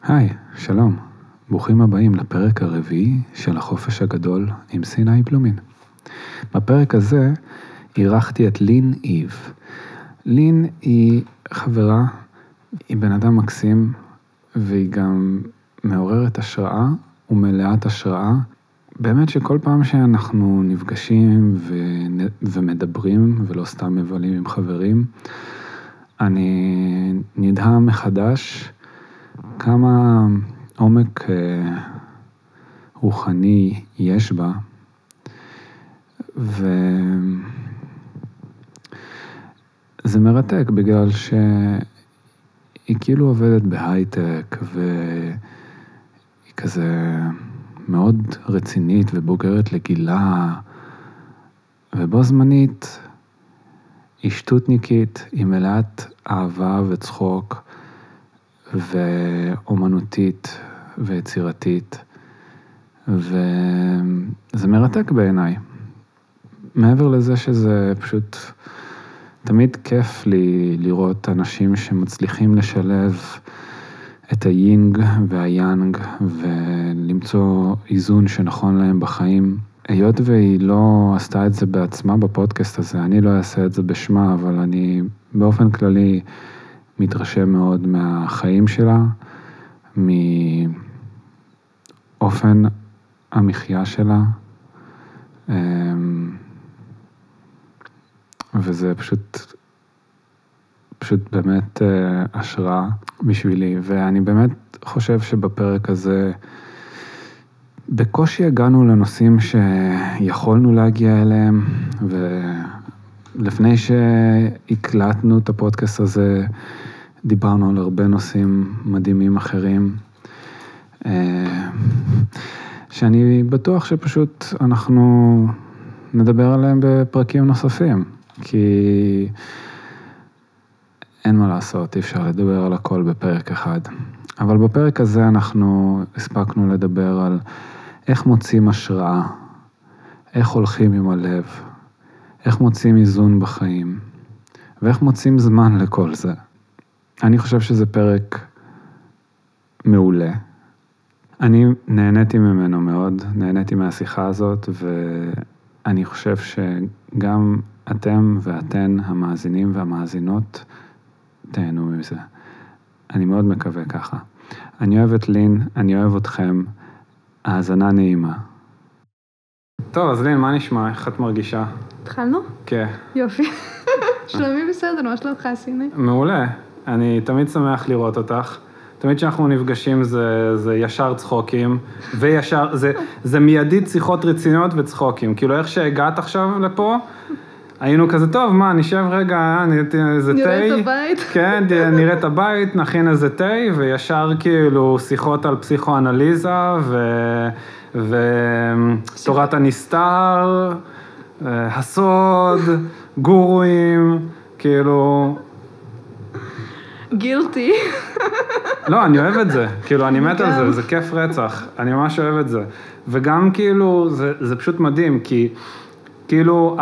היי, שלום. ברוכים הבאים לפרק הרביעי של החופש הגדול עם סיני בלומין. בפרק הזה אירחתי את לין איב. לין היא חברה, היא בן אדם מקסים, והיא גם מעוררת השראה ומלאת השראה. באמת שכל פעם שאנחנו נפגשים ומדברים ולא סתם מבלים עם חברים, אני נדהם מחדש כמה עומק רוחני יש בה, וזה מרתק בגלל שהיא כאילו עובדת בהייטק, והיא כזה מאוד רצינית ובוגרת לגילה, ובו זמנית היא שטותניקית, היא מלאת אהבה וצחוק, ואומנותית ויצירתית, וזה מרתק בעיניי. מעבר לזה שזה פשוט תמיד כיף לי לראות אנשים שמצליחים לשלב את היינג והיאנג ולמצוא איזון שנכון להם בחיים. היות והיא לא עשתה את זה בעצמה בפודקאסט הזה, אני לא אעשה את זה בשמה, אבל אני באופן כללי מתרשם מאוד מהחיים שלה, מאופן המחיה שלה, וזה פשוט באמת השראה בשבילי, ואני באמת חושב שבפרק הזה בקושי הגענו לנושאים שיכולנו להגיע אליהם, ולפני שהקלטנו את הפודקאסט הזה, דיברנו על הרבה נושאים מדהימים אחרים, שאני בטוח שפשוט אנחנו נדבר עליהם בפרקים נוספים, כי אין מה לעשות, אי אפשר לדבר על הכל בפרק אחד. אבל בפרק הזה אנחנו הספקנו לדבר על איך מוצאים השראה, איך הולכים עם הלב, איך מוצאים איזון בחיים, ואיך מוצאים זמן לכל זה. אני חושב שזה פרק מעולה. אני נהניתי ממנו מאוד, נהניתי מהשיחה הזאת, ואני חושב שגם אתם ואתן המאזינים והמאזינות תהנו מזה. אני מאוד מקווה ככה. אני אוהב את לין, אני אוהב אתכם, האזנה נעימה. טוב, אז לין, מה נשמע? איך את מרגישה? התחלנו? כן. יופי. שלומי בסדר, מה שלומך, סיני? מעולה. אני תמיד שמח לראות אותך. תמיד שאנחנו נפגשים זה ישר צחוקים, וישר, זה מיידית שיחות רציניות וצחוקים. כאילו איך שהגעת עכשיו לפה, היינו כזה, טוב, מה, נשב רגע, איזה תה. נראה את הבית. כן, נראה את הבית, נכין איזה תה, וישר כאילו שיחות על פסיכואנליזה, ותורת הנסתר, הסוד, גורואים, כאילו... גילטי. לא, אני אוהב את זה, כאילו, אני מת על זה, זה כיף רצח, אני ממש אוהב את זה. וגם כאילו, זה פשוט מדהים, כי כאילו,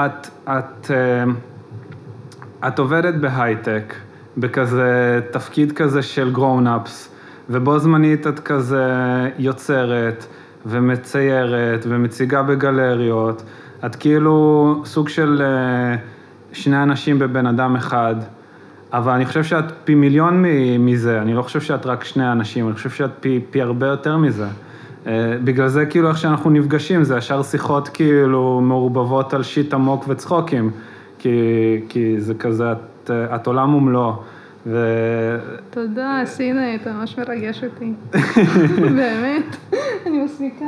את עובדת בהייטק, בכזה תפקיד כזה של grown-ups, ובו זמנית את כזה יוצרת, ומציירת, ומציגה בגלריות, את כאילו סוג של שני אנשים בבן אדם אחד, אבל אני חושב שאת פי מיליון מזה, אני לא חושב שאת רק שני אנשים, אני חושב שאת פי הרבה יותר מזה. בגלל זה כאילו איך שאנחנו נפגשים, זה ישר שיחות כאילו מעורבבות על שיט עמוק וצחוקים, כי זה כזה, את עולם ומלוא. תודה, סיני, אתה ממש מרגש אותי. באמת, אני מסמיקה.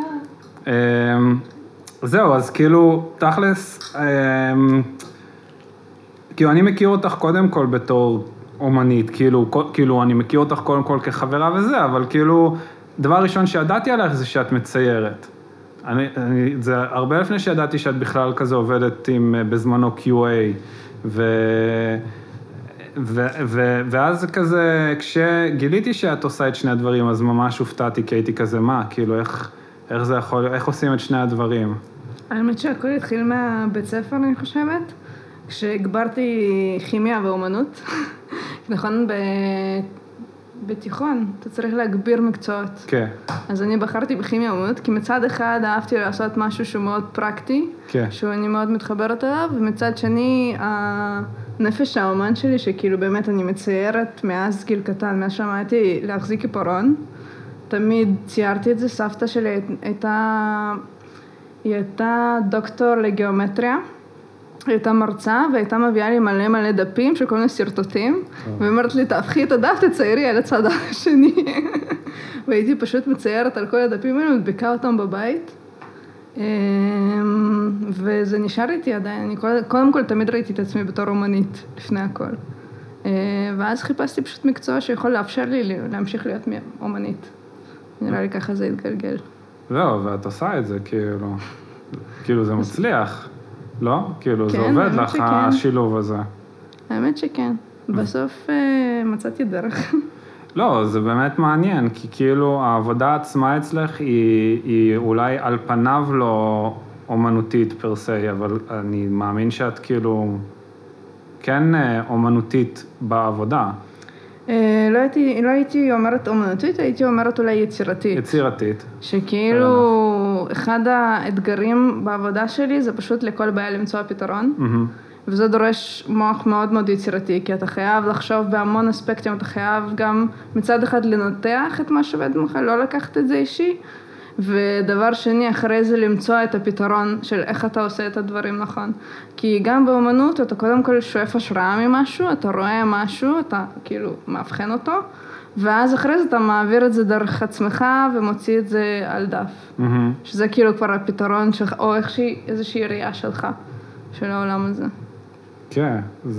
זהו, אז כאילו, תכלס, כאילו אני מכיר אותך קודם כל בתור אומנית, כאילו אני מכיר אותך קודם כל כחברה וזה, אבל כאילו, דבר ראשון שידעתי עליך זה שאת מציירת. זה הרבה לפני שידעתי שאת בכלל כזה עובדת עם בזמנו QA, ואז כזה, כשגיליתי שאת עושה את שני הדברים, אז ממש הופתעתי, כי הייתי כזה, מה, כאילו, איך זה יכול, איך עושים את שני הדברים? האמת שהכל התחיל מהבית ספר, אני חושבת, כשהגברתי כימיה ואומנות, נכון, בתיכון, אתה צריך להגביר מקצועות. כן. אז אני בחרתי בכימיה אומנות, כי מצד אחד אהבתי לעשות משהו שהוא מאוד פרקטי, כן. שאני מאוד מתחברת אליו, ומצד שני, הנפש האומן שלי, שכאילו באמת אני מציירת מאז גיל קטן, מאז שמעתי להחזיק עיפרון, תמיד ציירתי את זה, סבתא שלי היא הייתה דוקטור לגיאומטריה, היא הייתה מרצה, והייתה מביאה לי מלא דפים של כל מיני סרטוטים, ואומרת לי, תהפכי את הדף, תציירי על הצד השני. והייתי פשוט מציירת על כל הדפים האלה, מדביקה אותם בבית, וזה נשאר איתי עדיין. אני קודם כל תמיד ראיתי את עצמי בתור אומנית, לפני הכל. ואז חיפשתי פשוט מקצוע שיכול לאפשר לי להמשיך להיות אומנית. נראה לי ככה זה יתגלגל. לא, ואת עושה את זה, כאילו זה מצליח, לא? כאילו זה עובד לך השילוב הזה. האמת שכן. בסוף מצאתי דרך. לא, זה באמת מעניין, כי כאילו העבודה עצמה אצלך היא אולי על פניו לא אומנותית פרסי, אבל אני מאמין שאת כאילו כן אומנותית בעבודה. לא הייתי אומרת אומנותית, הייתי אומרת אולי יצירתית. יצירתית. שכאילו אחד האתגרים בעבודה שלי זה פשוט לכל בעיה למצוא פתרון. וזה דורש מוח מאוד מאוד יצירתי, כי אתה חייב לחשוב בהמון אספקטים, אתה חייב גם מצד אחד לנתח את מה שעובד ממך, לא לקחת את זה אישי, ודבר שני, אחרי זה למצוא את הפתרון של איך אתה עושה את הדברים נכון. כי גם באמנות אתה קודם כל שואף השראה ממשהו, אתה רואה משהו, אתה כאילו מאבחן אותו, ואז אחרי זה אתה מעביר את זה דרך עצמך ומוציא את זה על דף. שזה כאילו כבר הפתרון שלך, או איזושהי ראייה שלך, של העולם הזה. כן,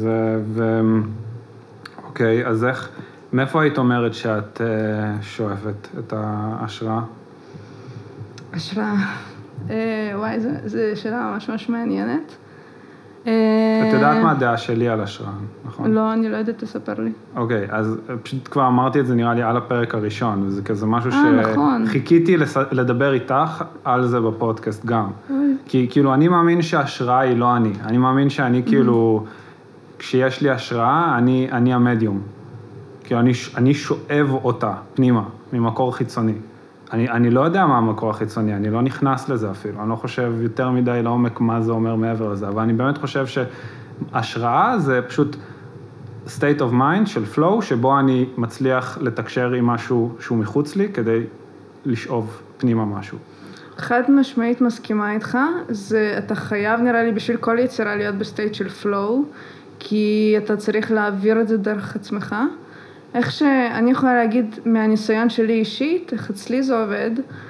אוקיי, אז מאיפה היית אומרת שאת שואפת את ההשראה? השראה, וואי, זו שאלה ממש מעניינת. את יודעת מה הדעה שלי על השראה, נכון? לא, אני לא יודעת, תספר לי. אוקיי, אז פשוט כבר אמרתי את זה נראה לי על הפרק הראשון, וזה כזה משהו נכון. שחיכיתי לדבר איתך על זה בפודקאסט גם. כי כאילו אני מאמין שההשראה היא לא אני, אני מאמין שאני כאילו, כשיש לי השראה, אני המדיום. כאילו אני שואב אותה פנימה, ממקור חיצוני. אני לא יודע מה המקור החיצוני, אני לא נכנס לזה אפילו, אני לא חושב יותר מדי לעומק מה זה אומר מעבר לזה, אבל אני באמת חושב שהשראה זה פשוט state of mind של flow, שבו אני מצליח לתקשר עם משהו שהוא מחוץ לי, כדי לשאוב פנימה משהו. חד משמעית מסכימה איתך, אתה חייב נראה לי בשביל כל יצירה להיות בסטייט של flow, כי אתה צריך להעביר את זה דרך עצמך, איך שאני יכולה להגיד מהניסיון שלי אישית, איך אצלי זה עובד,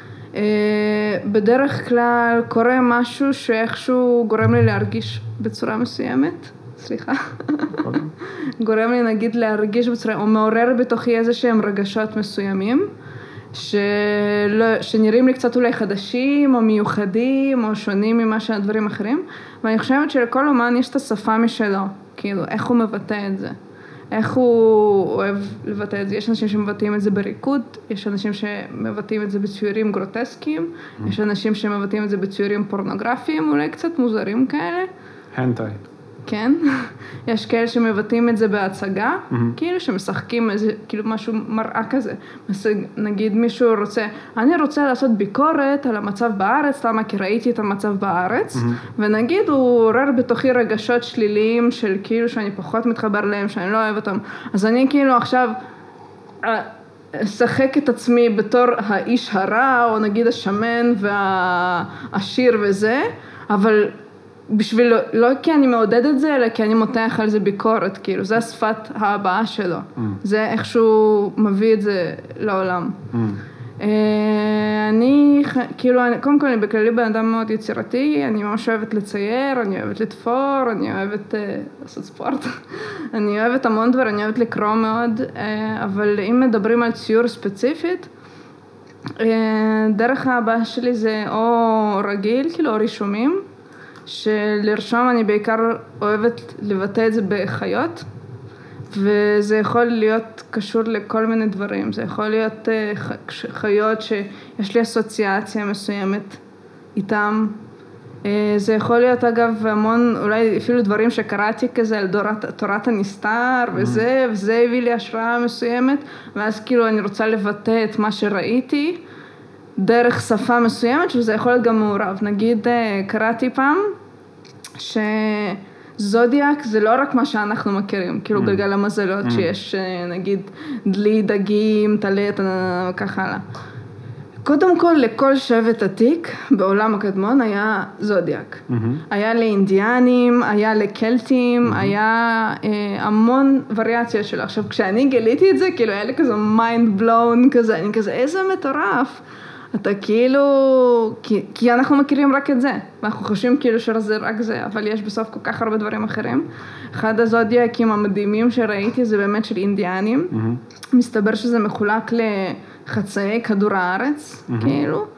בדרך כלל קורה משהו שאיכשהו גורם לי להרגיש בצורה מסוימת, סליחה, גורם לי נגיד להרגיש בצורה, או מעורר בתוכי איזה שהם רגשות מסוימים, שנראים לי קצת אולי חדשים או מיוחדים או שונים ממה שהדברים אחרים, ואני חושבת שלכל אומן יש את השפה משלו, כאילו איך הוא מבטא את זה. איך הוא אוהב לבטא את זה. יש אנשים שמבטאים את זה בריקוד, יש אנשים שמבטאים את זה בציורים גרוטסקיים, יש אנשים שמבטאים את זה בציורים פורנוגרפיים, אולי קצת מוזרים כאלה. הנטאי. כן. יש כאלה שמבטאים את זה בהצגה, כאילו שמשחקים איזה, כאילו משהו מראה כזה. נגיד מישהו רוצה, אני רוצה לעשות ביקורת על המצב בארץ, למה? כי ראיתי את המצב בארץ, ונגיד הוא עורר בתוכי רגשות שליליים של כאילו שאני פחות מתחבר להם, שאני לא אוהב אותם. אז אני כאילו עכשיו אשחק את עצמי בתור האיש הרע, או נגיד השמן והעשיר וזה, אבל בשביל, לא כי אני מעודד את זה, אלא כי אני מותח על זה ביקורת, כאילו, זה השפת הבאה שלו. זה איכשהו מביא את זה לעולם. אני, כאילו, קודם כל, אני בכללי בן אדם מאוד יצירתי, אני ממש אוהבת לצייר, אני אוהבת לתפור, אני אוהבת לעשות ספורט, אני אוהבת המון דבר, אני אוהבת לקרוא מאוד, אבל אם מדברים על ציור ספציפית, דרך הבאה שלי זה או רגיל, כאילו, או רישומים, שלרשום אני בעיקר אוהבת לבטא את זה בחיות, וזה יכול להיות קשור לכל מיני דברים. זה יכול להיות חיות שיש לי אסוציאציה מסוימת איתם, זה יכול להיות אגב המון, אולי אפילו דברים שקראתי כזה על תורת הנסתר וזה הביא לי השראה מסוימת, ואז כאילו אני רוצה לבטא את מה שראיתי דרך שפה מסוימת, שזה יכול להיות גם מעורב. נגיד קראתי פעם שזודיאק זה לא רק מה שאנחנו מכירים, כאילו גלגל המזלות שיש נגיד דלי, דגים, טלט, וכך הלאה. קודם כל, לכל שבט עתיק בעולם הקדמון היה זודיאק. היה לאינדיאנים, היה לקלטים, היה המון וריאציה שלו. עכשיו, כשאני גיליתי את זה, כאילו היה לי כזה mind blown כזה, אני כזה, איזה מטורף. אתה כאילו, כי אנחנו מכירים רק את זה, ואנחנו חושבים כאילו שזה רק זה, אבל יש בסוף כל כך הרבה דברים אחרים. אחד הזודיאקים המדהימים שראיתי זה באמת של אינדיאנים. מסתבר שזה מחולק לחצאי כדור הארץ, כאילו,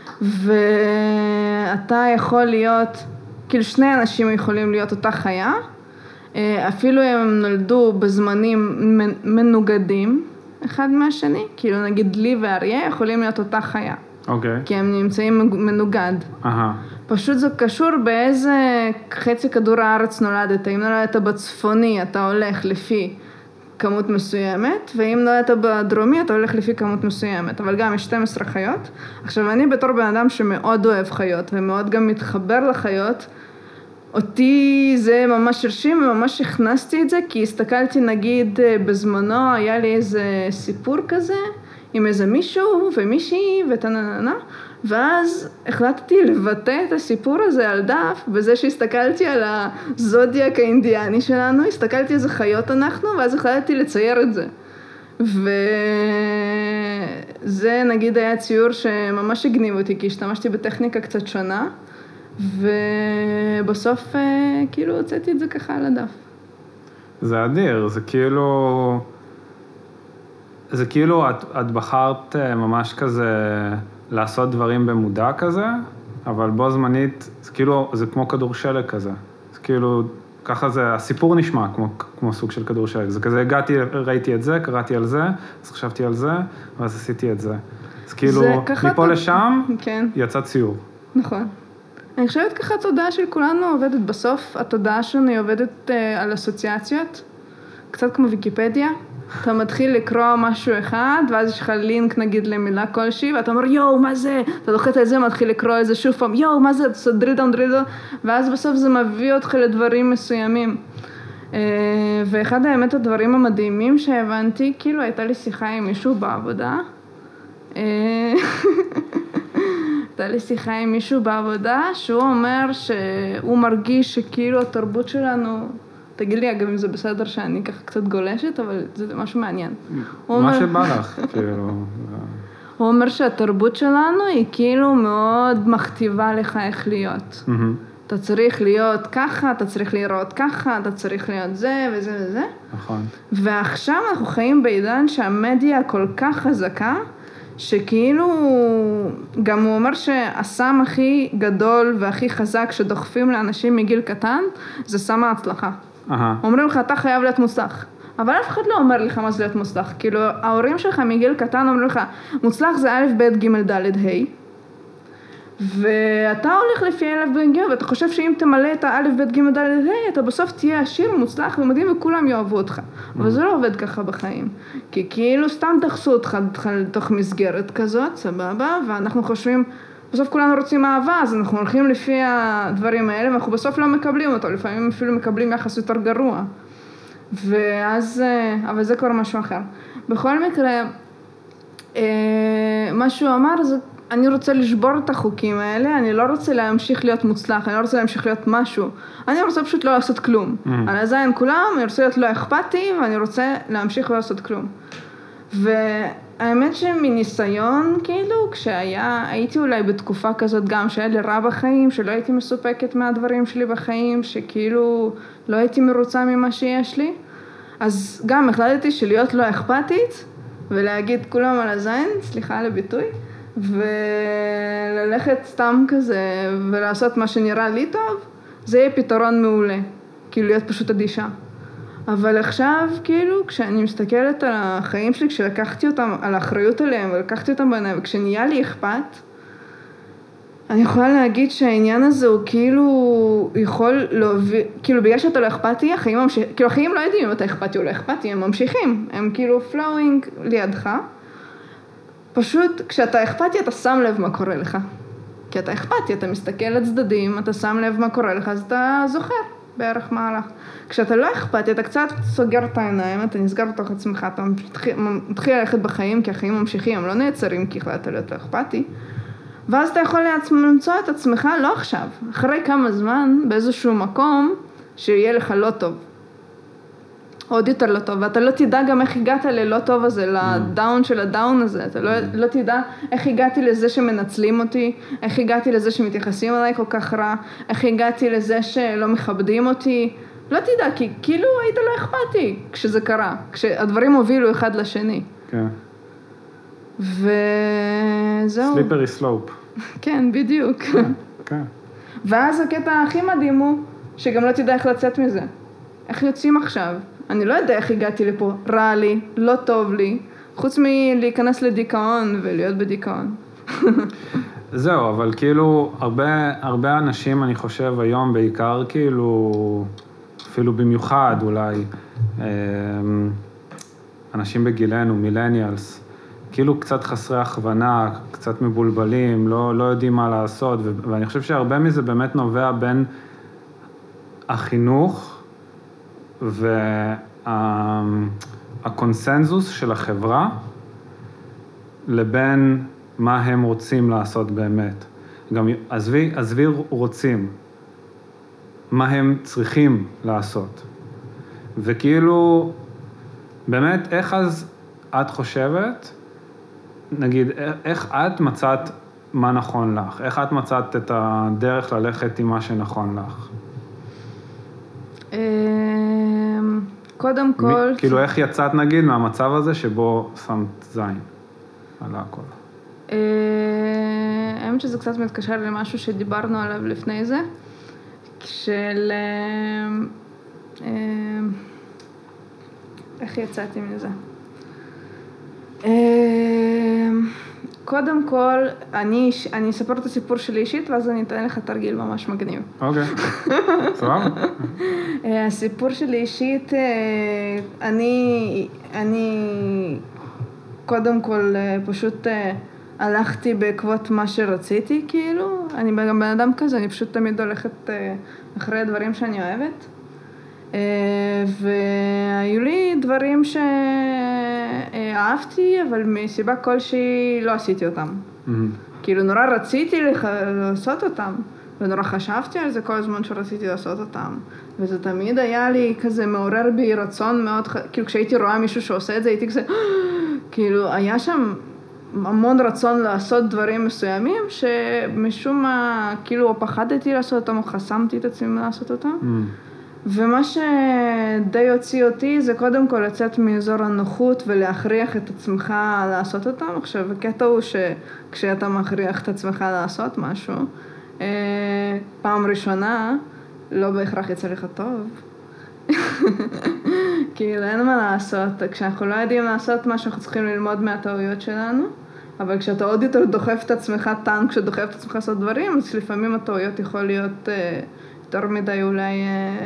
ואתה יכול להיות, כאילו שני אנשים יכולים להיות אותה חיה, אפילו הם נולדו בזמנים מנוגדים אחד מהשני, כאילו נגיד לי ואריה יכולים להיות אותה חיה. אוקיי. כי הם נמצאים מנוגד. פשוט זה קשור באיזה חצי כדור הארץ נולדת. אם נולדת בצפוני, אתה הולך לפי כמות מסוימת, ואם נולדת בדרומי, אתה הולך לפי כמות מסוימת. אבל גם יש 12 חיות. עכשיו, אני בתור בן אדם שמאוד אוהב חיות, ומאוד גם מתחבר לחיות, אותי זה ממש הרשים, וממש הכנסתי את זה, כי הסתכלתי נגיד בזמנו, היה לי איזה סיפור כזה, עם איזה מישהו ומישהי ותנננה, ואז החלטתי לבטא את הסיפור הזה על דף, בזה שהסתכלתי על הזודיאק האינדיאני שלנו, הסתכלתי איזה חיות אנחנו, ואז החלטתי לצייר את זה. וזה נגיד היה ציור שממש הגניב אותי, כי השתמשתי בטכניקה קצת שונה, ובסוף כאילו הוצאתי את זה ככה על הדף. זה אדיר, זה כאילו את בחרת ממש כזה לעשות דברים במודע כזה, אבל בו זמנית זה כאילו, זה כמו כדור שלג כזה. זה כאילו, ככה זה, הסיפור נשמע כמו סוג של כדור שלג. זה כזה, הגעתי, ראיתי את זה, קראתי על זה, אז חשבתי על זה, ואז עשיתי את זה. אז כאילו, מפה לשם, כן. יצא ציור. נכון. אני חושבת ככה התודעה של כולנו עובדת בסוף, התודעה שלנו היא עובדת על אסוציאציות, קצת כמו ויקיפדיה. אתה מתחיל לקרוא משהו אחד, ואז יש לך לינק נגיד למילה כלשהי, ואתה אומר יואו מה זה, אתה לוחץ על זה, מתחיל לקרוא איזה שוב פעם, יואו מה זה, אתה עושה דריל דאון, ואז בסוף זה מביא אותך לדברים מסוימים. ואחד האמת הדברים המדהימים שהבנתי, כאילו הייתה לי שיחה עם מישהו בעבודה, הייתה לי שיחה עם מישהו בעבודה, שהוא אומר שהוא מרגיש שכאילו התרבות שלנו, תגיד לי אגב אם זה בסדר שאני ככה קצת גולשת, אבל זה משהו מעניין. מה שבא לך, כאילו. הוא אומר שהתרבות שלנו היא כאילו מאוד מכתיבה לך איך להיות. אתה צריך להיות ככה, אתה צריך לראות ככה, אתה צריך להיות זה וזה וזה. נכון. ועכשיו אנחנו חיים בעידן שהמדיה כל כך חזקה, שכאילו, גם הוא אומר שהסם הכי גדול והכי חזק שדוחפים לאנשים מגיל קטן, זה סם ההצלחה. אומרים לך, אתה חייב להיות מוצלח. אבל אף אחד לא אומר לך מה זה להיות מוצלח. כאילו, ההורים שלך מגיל קטן אומרים לך, מוצלח זה א', ב', ג', ד', ה'. ואתה הולך לפי א', ב', ג', ואתה חושב שאם תמלא את הא', ב', ג', ד', ה', אתה בסוף תהיה עשיר, מוצלח ומדהים וכולם יאהבו אותך. אבל זה לא עובד ככה בחיים. כי כאילו סתם תחסו אותך לתוך מסגרת כזאת, סבבה, ואנחנו חושבים, בסוף כולנו רוצים אהבה, אז אנחנו הולכים לפי הדברים האלה, ואנחנו בסוף לא מקבלים אותו, לפעמים אפילו מקבלים יחס יותר גרוע. ואז, אבל זה כבר משהו אחר. בכל מקרה, מה שהוא אמר, זה, אני רוצה לשבור את החוקים האלה, אני לא רוצה להמשיך להיות מוצלח, אני לא רוצה להמשיך להיות משהו, אני רוצה פשוט לא לעשות כלום. על הזין כולם, אני רוצה להיות לא אכפתי, ואני רוצה להמשיך לא לעשות כלום. והאמת שמניסיון, כאילו, הייתי אולי בתקופה כזאת גם שהיה לי רע בחיים, שלא הייתי מסופקת מהדברים שלי בחיים, שכאילו לא הייתי מרוצה ממה שיש לי, אז גם החלטתי שלהיות לא אכפתית, ולהגיד כולם על הזין, סליחה על הביטוי, וללכת סתם כזה, ולעשות מה שנראה לי טוב, זה יהיה פתרון מעולה, כאילו להיות פשוט אדישה. אבל עכשיו, כאילו, כשאני מסתכלת על החיים שלי, כשלקחתי אותם, על האחריות עליהם, ולקחתי אותם בעיניים, וכשנהיה לי אכפת, אני יכולה להגיד שהעניין הזה הוא כאילו יכול להוביל, כאילו בגלל שאתה לא אכפתי, החיים לא יודעים אם אתה אכפתי או לא אכפתי, הם ממשיכים, הם כאילו flowing לידך. פשוט כשאתה אכפתי אתה שם לב מה קורה לך. כי אתה אכפתי, אתה מסתכל לצדדים, אתה שם לב מה קורה לך, אז אתה זוכר בערך מה הלך. כשאתה לא אכפתי, אתה קצת סוגר את העיניים, אתה נסגר בתוך עצמך, אתה מתחיל ללכת בחיים, כי החיים ממשיכים, הם לא נעצרים כי החלטת להיות לא אכפתי. ואז אתה יכול למצוא את עצמך לא עכשיו, אחרי כמה זמן, באיזשהו מקום, שיהיה לך לא טוב. עוד יותר לא טוב, ואתה לא תדע גם איך הגעת ללא טוב הזה, לדאון של הדאון הזה, אתה לא תדע איך הגעתי לזה שמנצלים אותי, איך הגעתי לזה שמתייחסים עליי כל כך רע, איך הגעתי לזה שלא מכבדים אותי, לא תדע, כי כאילו היית לא אכפתי כשזה קרה, כשהדברים הובילו אחד לשני. כן. וזהו. Slippery slope. כן, בדיוק. כן. ואז הקטע הכי מדהים הוא, שגם לא תדע איך לצאת מזה. איך יוצאים עכשיו? אני לא יודע איך הגעתי לפה, רע לי, לא טוב לי, חוץ מלהיכנס לדיכאון ולהיות בדיכאון. זהו, אבל כאילו, הרבה אנשים, אני חושב, היום בעיקר, כאילו, אפילו במיוחד, אולי, אנשים בגילנו, מילניאלס, כאילו קצת חסרי הכוונה, קצת מבולבלים, לא יודעים מה לעשות, ואני חושב שהרבה מזה באמת נובע בין החינוך, והקונסנזוס של החברה לבין מה הם רוצים לעשות באמת. גם עזבי רוצים, מה הם צריכים לעשות. וכאילו, באמת, איך אז את חושבת, נגיד, איך את מצאת מה נכון לך? איך את מצאת את הדרך ללכת עם מה שנכון לך? קודם כל... כאילו איך יצאת נגיד מהמצב הזה שבו שמת זין על הכל? האמת שזה קצת מתקשר למשהו שדיברנו עליו לפני זה, של... איך יצאתי מזה? קודם כל, אני אספר את הסיפור שלי אישית, ואז אני אתן לך תרגיל ממש מגניב. אוקיי, סבבה. הסיפור שלי אישית, אני קודם כל פשוט הלכתי בעקבות מה שרציתי, כאילו. אני גם בן אדם כזה, אני פשוט תמיד הולכת אחרי הדברים שאני אוהבת. והיו לי דברים שאהבתי, אבל מסיבה כלשהי לא עשיתי אותם. כאילו נורא רציתי לעשות אותם, ונורא חשבתי על זה כל הזמן שרציתי לעשות אותם. וזה תמיד היה לי כזה מעורר בי רצון מאוד, כאילו כשהייתי רואה מישהו שעושה את זה, הייתי כזה, כאילו היה שם המון רצון לעשות דברים מסוימים, שמשום מה, כאילו פחדתי לעשות אותם, או חסמתי את עצמי לעשות אותם. ומה שדי הוציא אותי זה קודם כל לצאת מאזור הנוחות ולהכריח את עצמך לעשות אותם. עכשיו, הקטע הוא שכשאתה מכריח את עצמך לעשות משהו, פעם ראשונה לא בהכרח יצא לך טוב. כאילו אין מה לעשות, כשאנחנו לא יודעים לעשות משהו, אנחנו צריכים ללמוד מהטעויות שלנו, אבל כשאתה עוד יותר דוחף את עצמך טנק, כשדוחף את עצמך לעשות דברים, אז לפעמים הטעויות יכול להיות יותר מדי אולי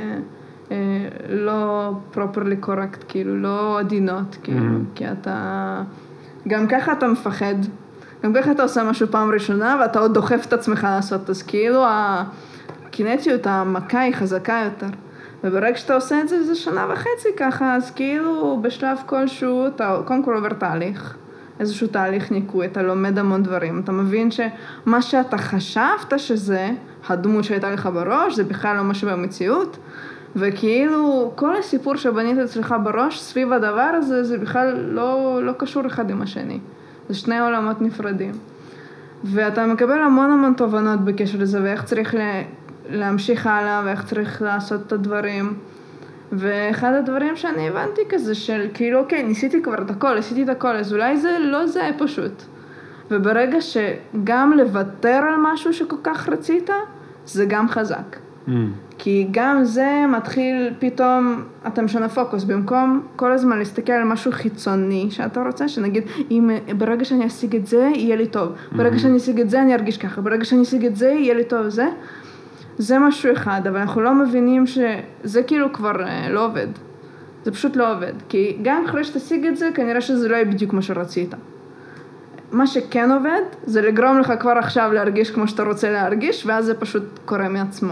לא properly correct, כאילו לא עדינות, כאילו, כי אתה, גם ככה אתה מפחד, גם ככה אתה עושה משהו פעם ראשונה, ואתה עוד דוחף את עצמך לעשות, אז כאילו הקינטיות, המכה היא חזקה יותר. וברגע שאתה עושה את זה, זה שנה וחצי ככה, אז כאילו בשלב כלשהו, אתה קודם כל עובר תהליך, איזשהו תהליך ניקוי, אתה לומד המון דברים, אתה מבין שמה שאתה חשבת שזה, הדמות שהייתה לך בראש, זה בכלל לא משהו במציאות, וכאילו כל הסיפור שבנית אצלך בראש סביב הדבר הזה, זה בכלל לא קשור אחד עם השני, זה שני עולמות נפרדים. ואתה מקבל המון תובנות בקשר לזה, ואיך צריך להמשיך הלאה, ואיך צריך לעשות את הדברים. ואחד הדברים שאני הבנתי כזה של, כאילו, אוקיי, ניסיתי כבר את הכל, אז אולי זה לא זה פשוט. וברגע שגם לוותר על משהו שכל כך רצית, זה גם חזק. כי גם זה מתחיל פתאום, אתה משנה פוקוס, במקום כל הזמן להסתכל על משהו חיצוני שאתה רוצה, שנגיד, אם ברגע שאני אשיג את זה, יהיה לי טוב. ברגע שאני אשיג את זה, אני ארגיש ככה. ברגע שאני אשיג את זה, יהיה לי טוב. זה משהו אחד, אבל אנחנו לא מבינים שזה כאילו כבר לא עובד. זה פשוט לא עובד. כי גם אחרי שתשיג את זה, כנראה שזה לא יהיה בדיוק מה שרצית. מה שכן עובד, זה לגרום לך כבר עכשיו להרגיש כמו שאתה רוצה להרגיש, ואז זה פשוט קורה מעצמו.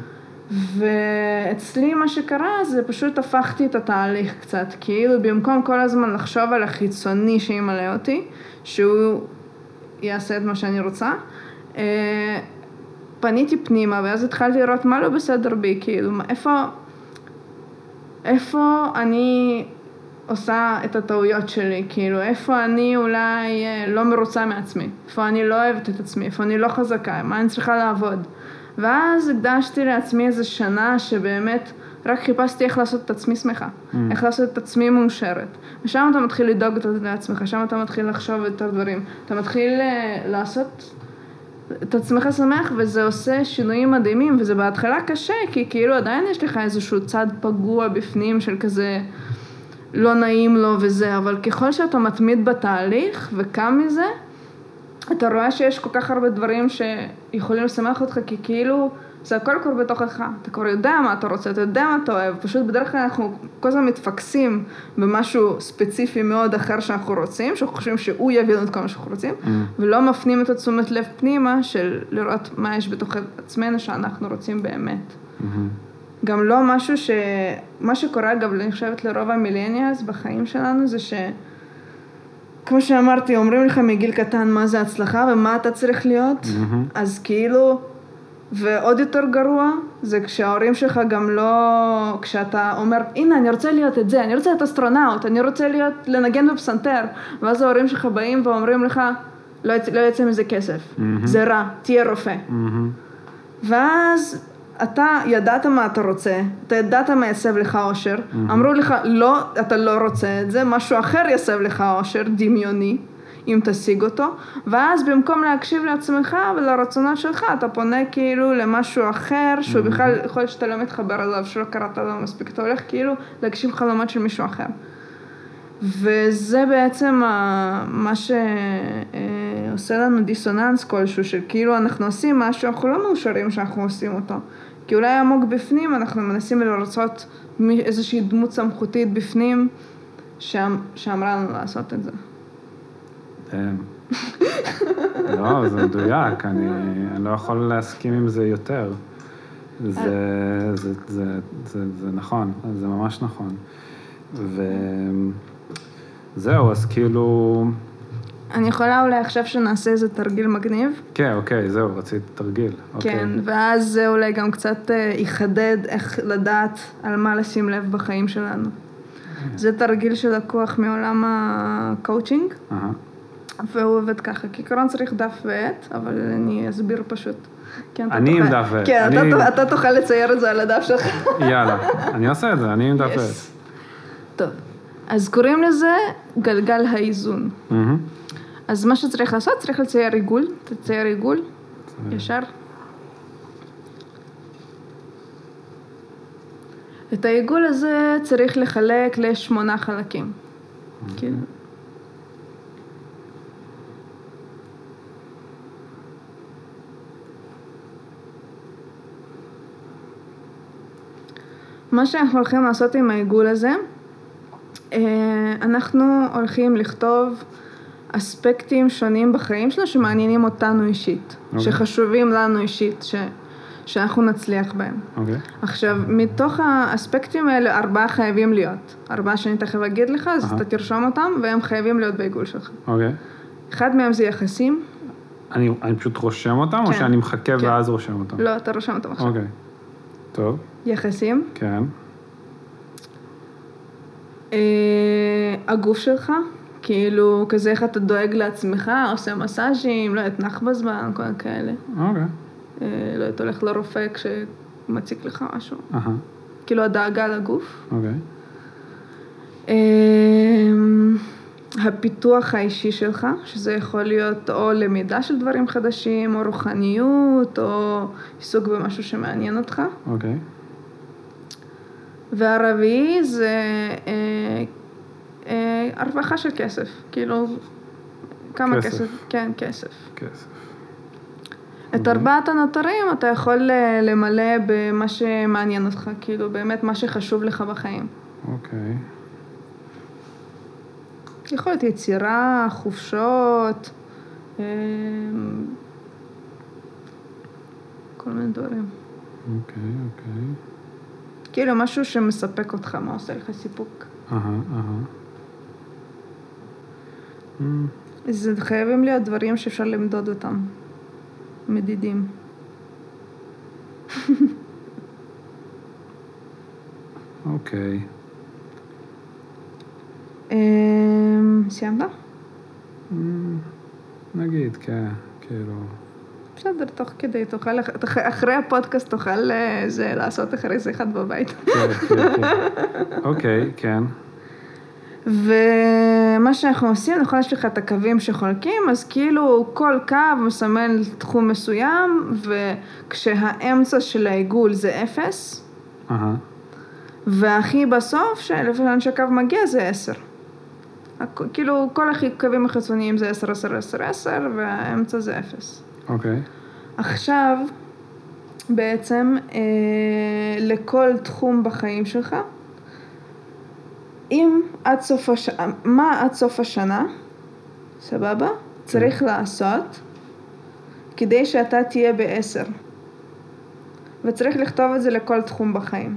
ואצלי מה שקרה, זה פשוט הפכתי את התהליך קצת, כאילו במקום כל הזמן לחשוב על החיצוני שימלא אותי, שהוא יעשה את מה שאני רוצה, פניתי פנימה, ואז התחלתי לראות מה לא בסדר בי, כאילו, איפה אני עושה את הטעויות שלי, כאילו, איפה אני אולי לא מרוצה מעצמי, איפה אני לא אוהבת את עצמי, איפה אני לא חזקה, מה אני צריכה לעבוד. ואז הקדשתי לעצמי איזו שנה שבאמת רק חיפשתי איך לעשות את עצמי שמחה, איך לעשות את עצמי מאושרת. ושם אתה מתחיל לדאוג לעצמך, שם אתה מתחיל לחשוב את הדברים, אתה מתחיל לעשות את עצמך שמח, וזה עושה שינויים מדהימים, וזה בהתחלה קשה, כי כאילו עדיין יש לך איזשהו צד פגוע בפנים של כזה לא נעים לו וזה, אבל ככל שאתה מתמיד בתהליך וקם מזה, אתה רואה שיש כל כך הרבה דברים שיכולים לשמח אותך, כי כאילו זה הכל קורה בתוכך, אתה כבר יודע מה אתה רוצה, אתה יודע מה אתה אוהב, פשוט בדרך כלל אנחנו כל הזמן מתפקסים במשהו ספציפי מאוד אחר שאנחנו רוצים, שאנחנו חושבים שהוא יביא לנו את כל מה שאנחנו רוצים, ולא מפנים את התשומת לב פנימה של לראות מה יש בתוך עצמנו שאנחנו רוצים באמת. גם לא משהו מה שקורה אגב, אני חושבת לרוב המילניאלס בחיים שלנו, זה כמו שאמרתי, אומרים לך מגיל קטן מה זה הצלחה ומה אתה צריך להיות, אז כאילו, ועוד יותר גרוע, זה כשההורים שלך גם לא, כשאתה אומר, הנה, אני רוצה להיות את זה, אני רוצה להיות אסטרונאוט, אני רוצה לנגן בפסנתר, ואז ההורים שלך באים ואומרים לך, לא יצא מזה כסף, זה רע, תהיה רופא. ואז אתה ידעת מה אתה רוצה, אתה ידעת מה יסב לך אושר, אמרו לך, לא, אתה לא רוצה את זה, משהו אחר יסב לך אושר, דמיוני, אם תשיג אותו, ואז במקום להקשיב לעצמך ולרצונות שלך, אתה פונה כאילו למשהו אחר, שהוא בכלל יכול להיות שאתה לא מתחבר אליו, שלא קראת לו מספיק, אתה הולך כאילו להגשים חלומות של מישהו אחר. וזה בעצם מה שעושה לנו דיסוננס כלשהו, של כאילו אנחנו עושים משהו, אנחנו לא מאושרים שאנחנו עושים אותו. כי אולי עמוק בפנים אנחנו מנסים לרצות איזושהי דמות סמכותית בפנים שאמרה לנו לעשות את זה. לא, זה מדויק, אני לא יכול להסכים עם זה יותר. זה נכון, זה ממש נכון. וזהו, אז כאילו... אני יכולה אולי עכשיו שנעשה איזה תרגיל מגניב. כן, אוקיי, זהו, רציתי תרגיל. כן, ואז זה אולי גם קצת יחדד איך לדעת על מה לשים לב בחיים שלנו. זה תרגיל שלקוח מעולם הקואוצ'ינג, והוא עובד ככה. כעיקרון צריך דף ועט, אבל אני אסביר פשוט. אני עם דף ועט. כן, אתה תוכל לצייר את זה על הדף שלך. יאללה, אני עושה את זה, אני עם דף ועט. טוב, אז קוראים לזה גלגל האיזון. אז מה שצריך לעשות, צריך לצייר עיגול, תצייר עיגול, ישר. את העיגול הזה צריך לחלק ל8 חלקים. כן. מה שאנחנו הולכים לעשות עם העיגול הזה, אנחנו הולכים לכתוב אספקטים שונים בחיים שלנו שמעניינים אותנו אישית, שחשובים לנו אישית, שאנחנו נצליח בהם. עכשיו, מתוך האספקטים האלה 4 חייבים להיות. 4 שאני תכף אגיד לך, אז אתה תרשום אותם, והם חייבים להיות בעיגול שלך. אחד מהם זה יחסים. אני פשוט רושם אותם, או שאני מחכה ואז רושם אותם? לא, אתה רושם אותם עכשיו. אוקיי, טוב. יחסים. כן. הגוף שלך, כאילו כזה איך אתה דואג לעצמך, עושה מסאז'ים, לא יתנח בזמן, כל כאלה. אוקיי. לא הולך לרופא כשמציק לך משהו. כאילו הדאגה לגוף. אוקיי. הפיתוח האישי שלך, שזה יכול להיות או למידה של דברים חדשים, או רוחניות, או עיסוק במשהו שמעניין אותך. אוקיי. והרביעי זה הרווחה של כסף, כאילו כמה כסף? כן, כסף. את ארבעת הנותרים אתה יכול למלא במה שמעניין אותך, כאילו באמת מה שחשוב לך בחיים. אוקיי. יכול להיות יצירה, חופשות, כל מיני דברים. אוקיי. כאילו משהו שמספק אותך, מה עושה לך סיפוק. זה חייבים להיות דברים שאפשר למדוד אותם. מדידים. אוקיי. סיימת? נגיד, כן, כאילו... בסדר, תוך כדי, תוכל, אחרי הפודקאסט תוכל לעשות אחרי זה אחד בבית. כן. אוקיי, כן. ומה שאנחנו עושים, נכון, יש לך את הקווים שחולקים, אז כאילו כל קו מסמל תחום מסוים, וכשהאמצע של העיגול זה 0, והכי בסוף, שלפעמים שהקו מגיע זה 10. כאילו כל הקווים החיצוניים זה 10, 10, 10, 10, והאמצע זה 0. אוקיי. עכשיו, בעצם, לכל תחום בחיים שלך, מה עד סוף השנה, סבבה? צריך לעשות כדי שאתה תהיה ב10. וצריך לכתוב את זה לכל תחום בחיים.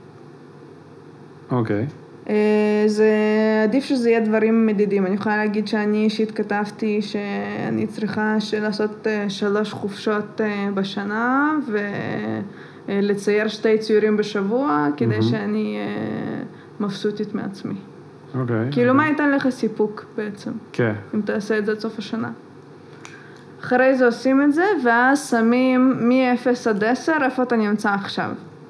אוקיי. זה עדיף שזה יהיה דברים מדידים. אני יכולה להגיד שאני אישית כתבתי שאני צריכה לעשות 3 חופשות בשנה ולצייר 2 ציורים בשבוע כדי שאני מבסוטית מעצמי. אוקיי. כאילו מה ייתן לך סיפוק בעצם? כן. אם תעשה את זה עד סוף השנה. אחרי זה עושים את זה ואז שמים מ-0 עד 10 איפה אתה נמצא עכשיו.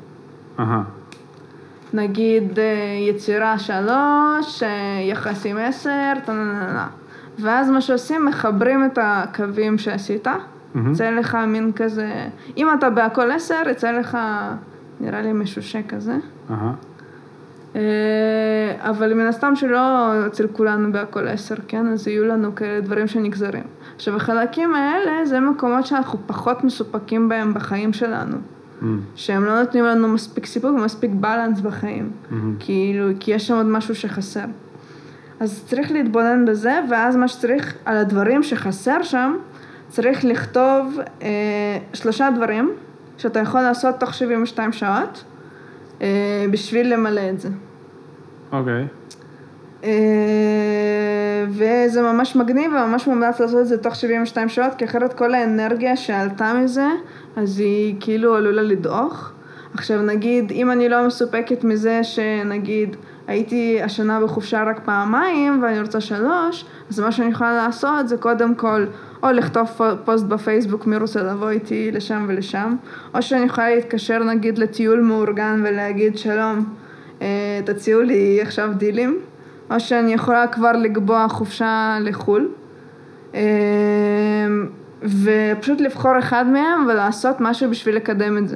נגיד יצירה 3, יחסים 10, ואז מה שעושים, מחברים את הקווים שעשית, יצא לך מין כזה, אם אתה בהכל 10, יצא לך, נראה לי משושה כזה, אבל מן הסתם שלא אצל כולנו בהכל 10, כן? אז יהיו לנו כאלה דברים שנגזרים. עכשיו, החלקים האלה זה מקומות שאנחנו פחות מסופקים בהם בחיים שלנו. שהם לא נותנים לנו מספיק סיפוק ומספיק בלנס בחיים, כאילו, כי יש שם עוד משהו שחסר. אז צריך להתבונן בזה, ואז מה שצריך, על הדברים שחסר שם, צריך לכתוב 3 דברים שאתה יכול לעשות תוך 72 שעות, בשביל למלא את זה. אוקיי. וזה ממש מגניב וממש מומלץ לעשות את זה תוך 72 שעות, כי אחרת כל האנרגיה שעלתה מזה, אז היא כאילו עלולה לדעוך. עכשיו נגיד, אם אני לא מסופקת מזה שנגיד הייתי השנה בחופשה רק 2 ואני רוצה 3, אז מה שאני יכולה לעשות זה קודם כל או לכתוב פוסט בפייסבוק מי רוצה לבוא איתי לשם ולשם, או שאני יכולה להתקשר נגיד לטיול מאורגן ולהגיד שלום, תציעו לי עכשיו דילים, או שאני יכולה כבר לקבוע חופשה לחול, ופשוט לבחור אחד מהם ולעשות משהו בשביל לקדם את זה.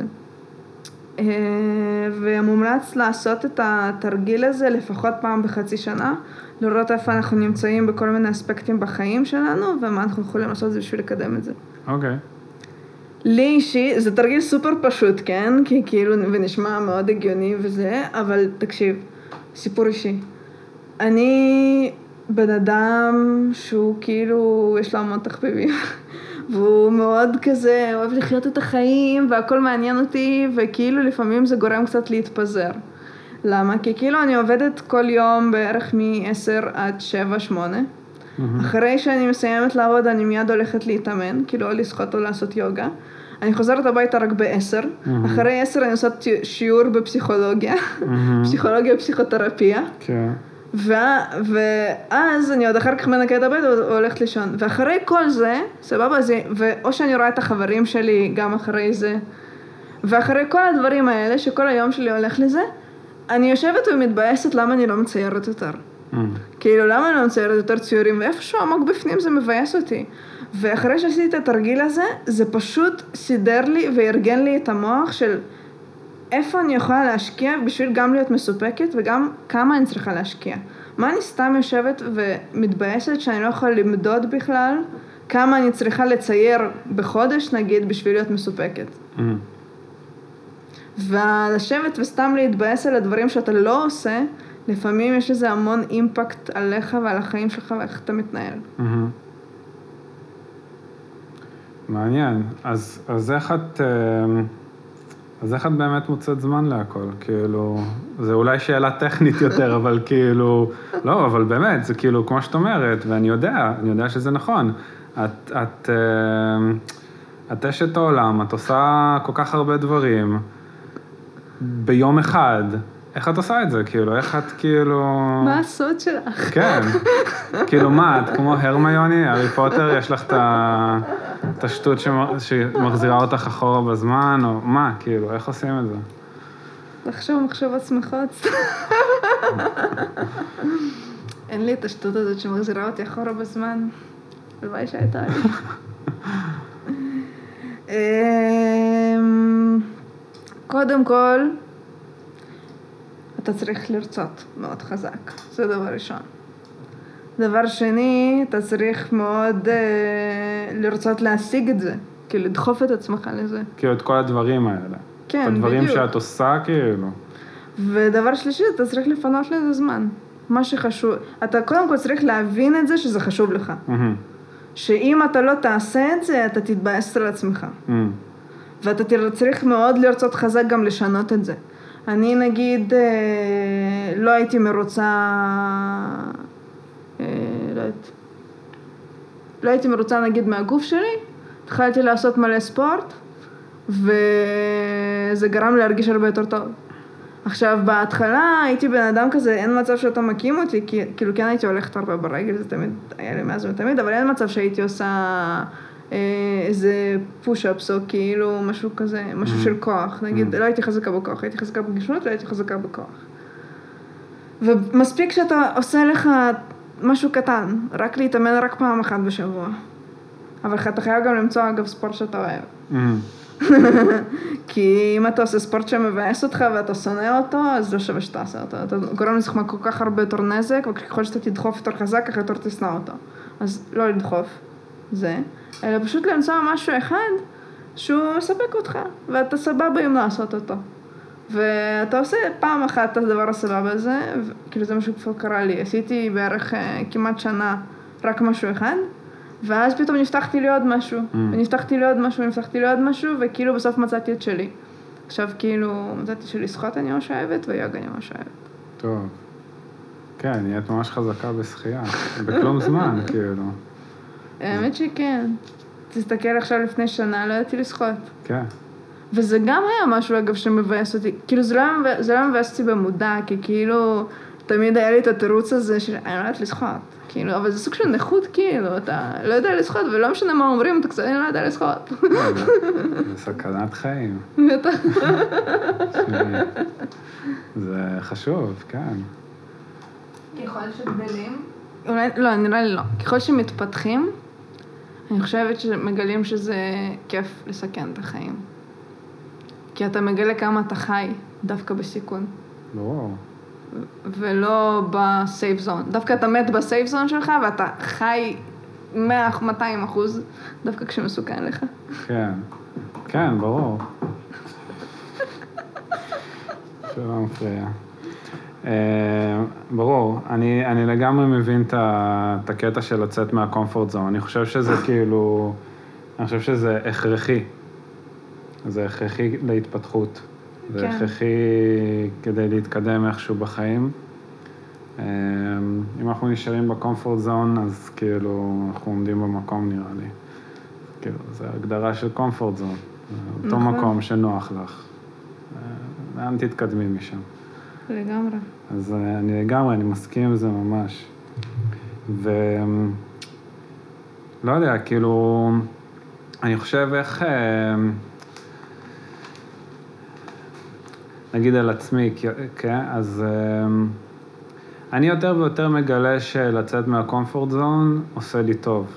ומומלץ לעשות את התרגיל הזה לפחות פעם בחצי שנה, לראות איפה אנחנו נמצאים בכל מיני אספקטים בחיים שלנו, ומה אנחנו יכולים לעשות זה בשביל לקדם את זה. אוקיי. לי אישי, זה תרגיל סופר פשוט, כן? כי כאילו, ונשמע מאוד הגיוני וזה, אבל תקשיב, סיפור אישי. אני בן אדם שהוא כאילו, יש לו המון תחביבים, והוא מאוד כזה, אוהב לחיות את החיים, והכל מעניין אותי, וכאילו לפעמים זה גורם קצת להתפזר. למה? כי כאילו אני עובדת כל יום בערך מ-10 עד 7-8. אחרי שאני מסיימת לעבוד, אני מיד הולכת להתאמן, כאילו או לשחות או לעשות יוגה. אני חוזרת הביתה רק ב-10. אחרי 10 אני עושה שיעור בפסיכולוגיה, פסיכולוגיה ופסיכותרפיה. כן. ואז אני עוד אחר כך מנקה את הבית והולכת לישון. ואחרי כל זה, סבבה, ואו שאני רואה את החברים שלי גם אחרי זה, ואחרי כל הדברים האלה, שכל היום שלי הולך לזה, אני יושבת ומתבאסת למה אני לא מציירת יותר. כאילו, למה אני לא מציירת יותר ציורים? ואיפשהו עמוק בפנים זה מבייס אותי. ואחרי שעשיתי את התרגיל הזה, זה פשוט סידר לי וארגן לי את המוח של איפה אני יכולה להשקיע בשביל גם להיות מסופקת וגם כמה אני צריכה להשקיע. מה אני סתם יושבת ומתבייסת שאני לא יכולה למדוד בכלל כמה אני צריכה לצייר בחודש נגיד בשביל להיות מסופקת. ולשבת וסתם להתבייס על הדברים שאתה לא עושה, לפעמים יש לזה המון אימפקט עליך ועל החיים שלך ואיך אתה מתנהל. מעניין. אז איך את באמת מוצאת זמן להכל? כאילו, זה אולי שאלה טכנית יותר, אבל כאילו, לא, אבל באמת, זה כאילו, כמו שאת אומרת, ואני יודע שזה נכון. את אשת העולם, את עושה כל כך הרבה דברים ביום אחד. איך את עושה את זה? כאילו, איך את כאילו... מה הסוד שלך? כן. כאילו, מה, את כמו הרמיוני, הארי פוטר, יש לך את השטות שמחזירה אותך אחורה בזמן, או מה, כאילו, איך עושים את זה? לחשוב מחשבות שמחות. אין לי את השטות הזאת שמחזירה אותי אחורה בזמן. הלוואי שהייתה לי. קודם כל, אתה צריך לרצות מאוד חזק. זה דבר ראשון. דבר שני, אתה צריך מאוד לרצות להשיג את זה. כאילו, לדחוף את עצמך לזה. כאילו, את כל הדברים האלה. כן, בדיוק. את הדברים שאת עושה, כאילו. ודבר שלישי, אתה צריך לפנות לזה זמן. מה שחשוב, אתה קודם כל צריך להבין את זה שזה חשוב לך. שאם אתה לא תעשה את זה, אתה תתבאס על עצמך. ואתה צריך מאוד לרצות חזק גם לשנות את זה. אני נגיד, לא הייתי מרוצה, לא הייתי מרוצה נגיד מהגוף שלי, התחלתי לעשות מלא ספורט, וזה גרם לי להרגיש הרבה יותר טוב. עכשיו, בהתחלה הייתי בן אדם כזה, אין מצב שאתה מקים אותי, כאילו כן הייתי הולכת הרבה ברגל, זה תמיד היה לי מאז ותמיד, אבל אין מצב שהייתי עושה איזה פוש-אפס או כאילו משהו כזה, משהו של כוח. נגיד, לא הייתי חזקה בכוח, הייתי חזקה בגשמות, לא הייתי חזקה בכוח. ומספיק שאתה עושה לך משהו קטן, רק להתאמן רק פעם אחת בשבוע. אבל אתה חייב גם למצוא אגב ספורט שאתה אוהב. כי אם אתה עושה ספורט שמבאס אותך ואתה שונא אותו, אז לא שווה שאתה עושה אותו. אתה גורם לצלך כל כך הרבה יותר נזק, וככל שאתה תדחוף יותר חזק, ככה יותר תשנא אותו. אז לא לדחוף זה, אלא פשוט למצוא משהו אחד שהוא מספק אותך, ואתה סבבה אם לעשות אותו. ואתה עושה פעם אחת את הדבר הסבבה הזה, כאילו זה משהו כבר קרה לי. עשיתי בערך כמעט שנה רק משהו אחד, ואז פתאום נפתחתי לי עוד משהו, ונפתחתי לי עוד משהו, וכאילו בסוף מצאתי את שלי. עכשיו כאילו מצאתי שלשחות אני ממש אוהבת, ויוגה אני ממש אוהבת. טוב. כן, נהיית ממש חזקה בשחייה, בכלום זמן, כאילו. האמת שכן. תסתכל עכשיו לפני שנה, לא ידעתי לשחות. כן. וזה גם היה משהו, אגב, שמבאס אותי. כאילו זה לא מבאס אותי במודע, כי כאילו תמיד היה לי את התירוץ הזה שאני לא יודעת לשחות. כאילו, אבל זה סוג של נכות, כאילו, אתה לא יודע לשחות, ולא משנה מה אומרים, אתה קצת לא יודע לשחות. זה סכנת חיים. בטח. זה חשוב, כן. ככל שגדלים? אולי, לא, נראה לי לא. ככל שמתפתחים, אני חושבת שמגלים שזה כיף לסכן את החיים. כי אתה מגלה כמה אתה חי, דווקא בסיכון. לא. ולא בסייף זון. דווקא אתה מת בסייף זון שלך, ואתה חי 100-200%, דווקא כשמסוכן לך. כן, כן, ברור. שלא מפריע. ברור, אני לגמרי מבין את הקטע של לצאת מהקומפורט זון. אני חושב שזה כאילו, אני חושב שזה הכרחי. זה הכרחי להתפתחות. זה הכרחי כדי להתקדם איכשהו בחיים. אם אנחנו נשארים בקומפורט זון, אז כאילו אנחנו עומדים במקום נראה לי. כאילו, זה הגדרה של קומפורט זון. אותו מקום שנוח לך. לאן תתקדמי משם? לגמרי. אז אני מסכים עם זה ממש. לא יודע, כאילו, אני חושב איך, נגיד על עצמי, כן, אז אני יותר ויותר מגלה שלצאת מהקומפורט זון עושה לי טוב.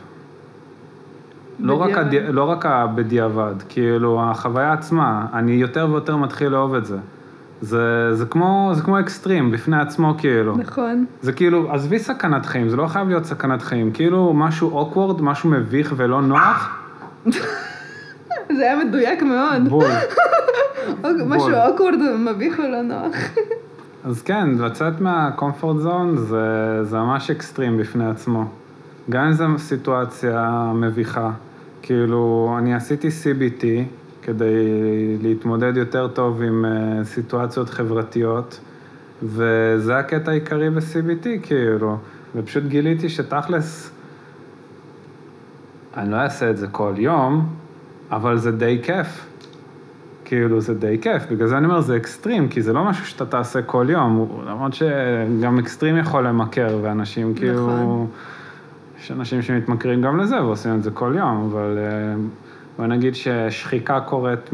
לא רק בדיעבד, כאילו החוויה עצמה, אני יותר ויותר מתחיל לאהוב את זה. זה כמו אקסטרים בפני עצמו כאילו. נכון. זה כאילו, עזבי סכנת חיים, זה לא חייב להיות סכנת חיים, כאילו משהו אוקוורד, משהו מביך ולא נוח. זה היה מדויק מאוד. בול. משהו אוקוורד מביך ולא נוח. אז כן, לצאת מהקומפורט זון זה ממש אקסטרים בפני עצמו. גם אם זו סיטואציה מביכה. כאילו, אני עשיתי CBT כדי להתמודד יותר טוב עם סיטואציות חברתיות, וזה הקטע העיקרי ב-CBT, כאילו. ופשוט גיליתי שתכלס, אני לא אעשה את זה כל יום, אבל זה די כיף. כאילו, זה די כיף. בגלל זה אני אומר, זה אקסטרים, כי זה לא משהו שאתה תעשה כל יום. למרות שגם אקסטרים יכול למכר, ואנשים כאילו... יש אנשים שמתמכרים גם לזה ועושים את זה כל יום, אבל בוא נגיד ששחיקה קורית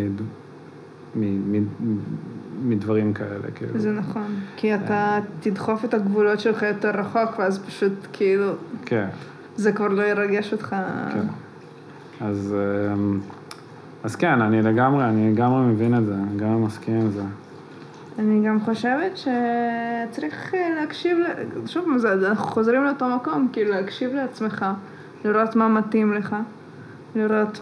מדברים כאלה, כאילו. זה נכון, כי אתה תדחוף את הגבולות שלך יותר רחוק, ואז פשוט כאילו, כן. זה כבר לא ירגש אותך. כן. אז כן, אני לגמרי מבין את זה, אני לגמרי מסכים עם זה. אני גם חושבת שצריך להקשיב, שוב, אנחנו חוזרים לאותו מקום, כאילו להקשיב לעצמך, לראות מה מתאים לך, לראות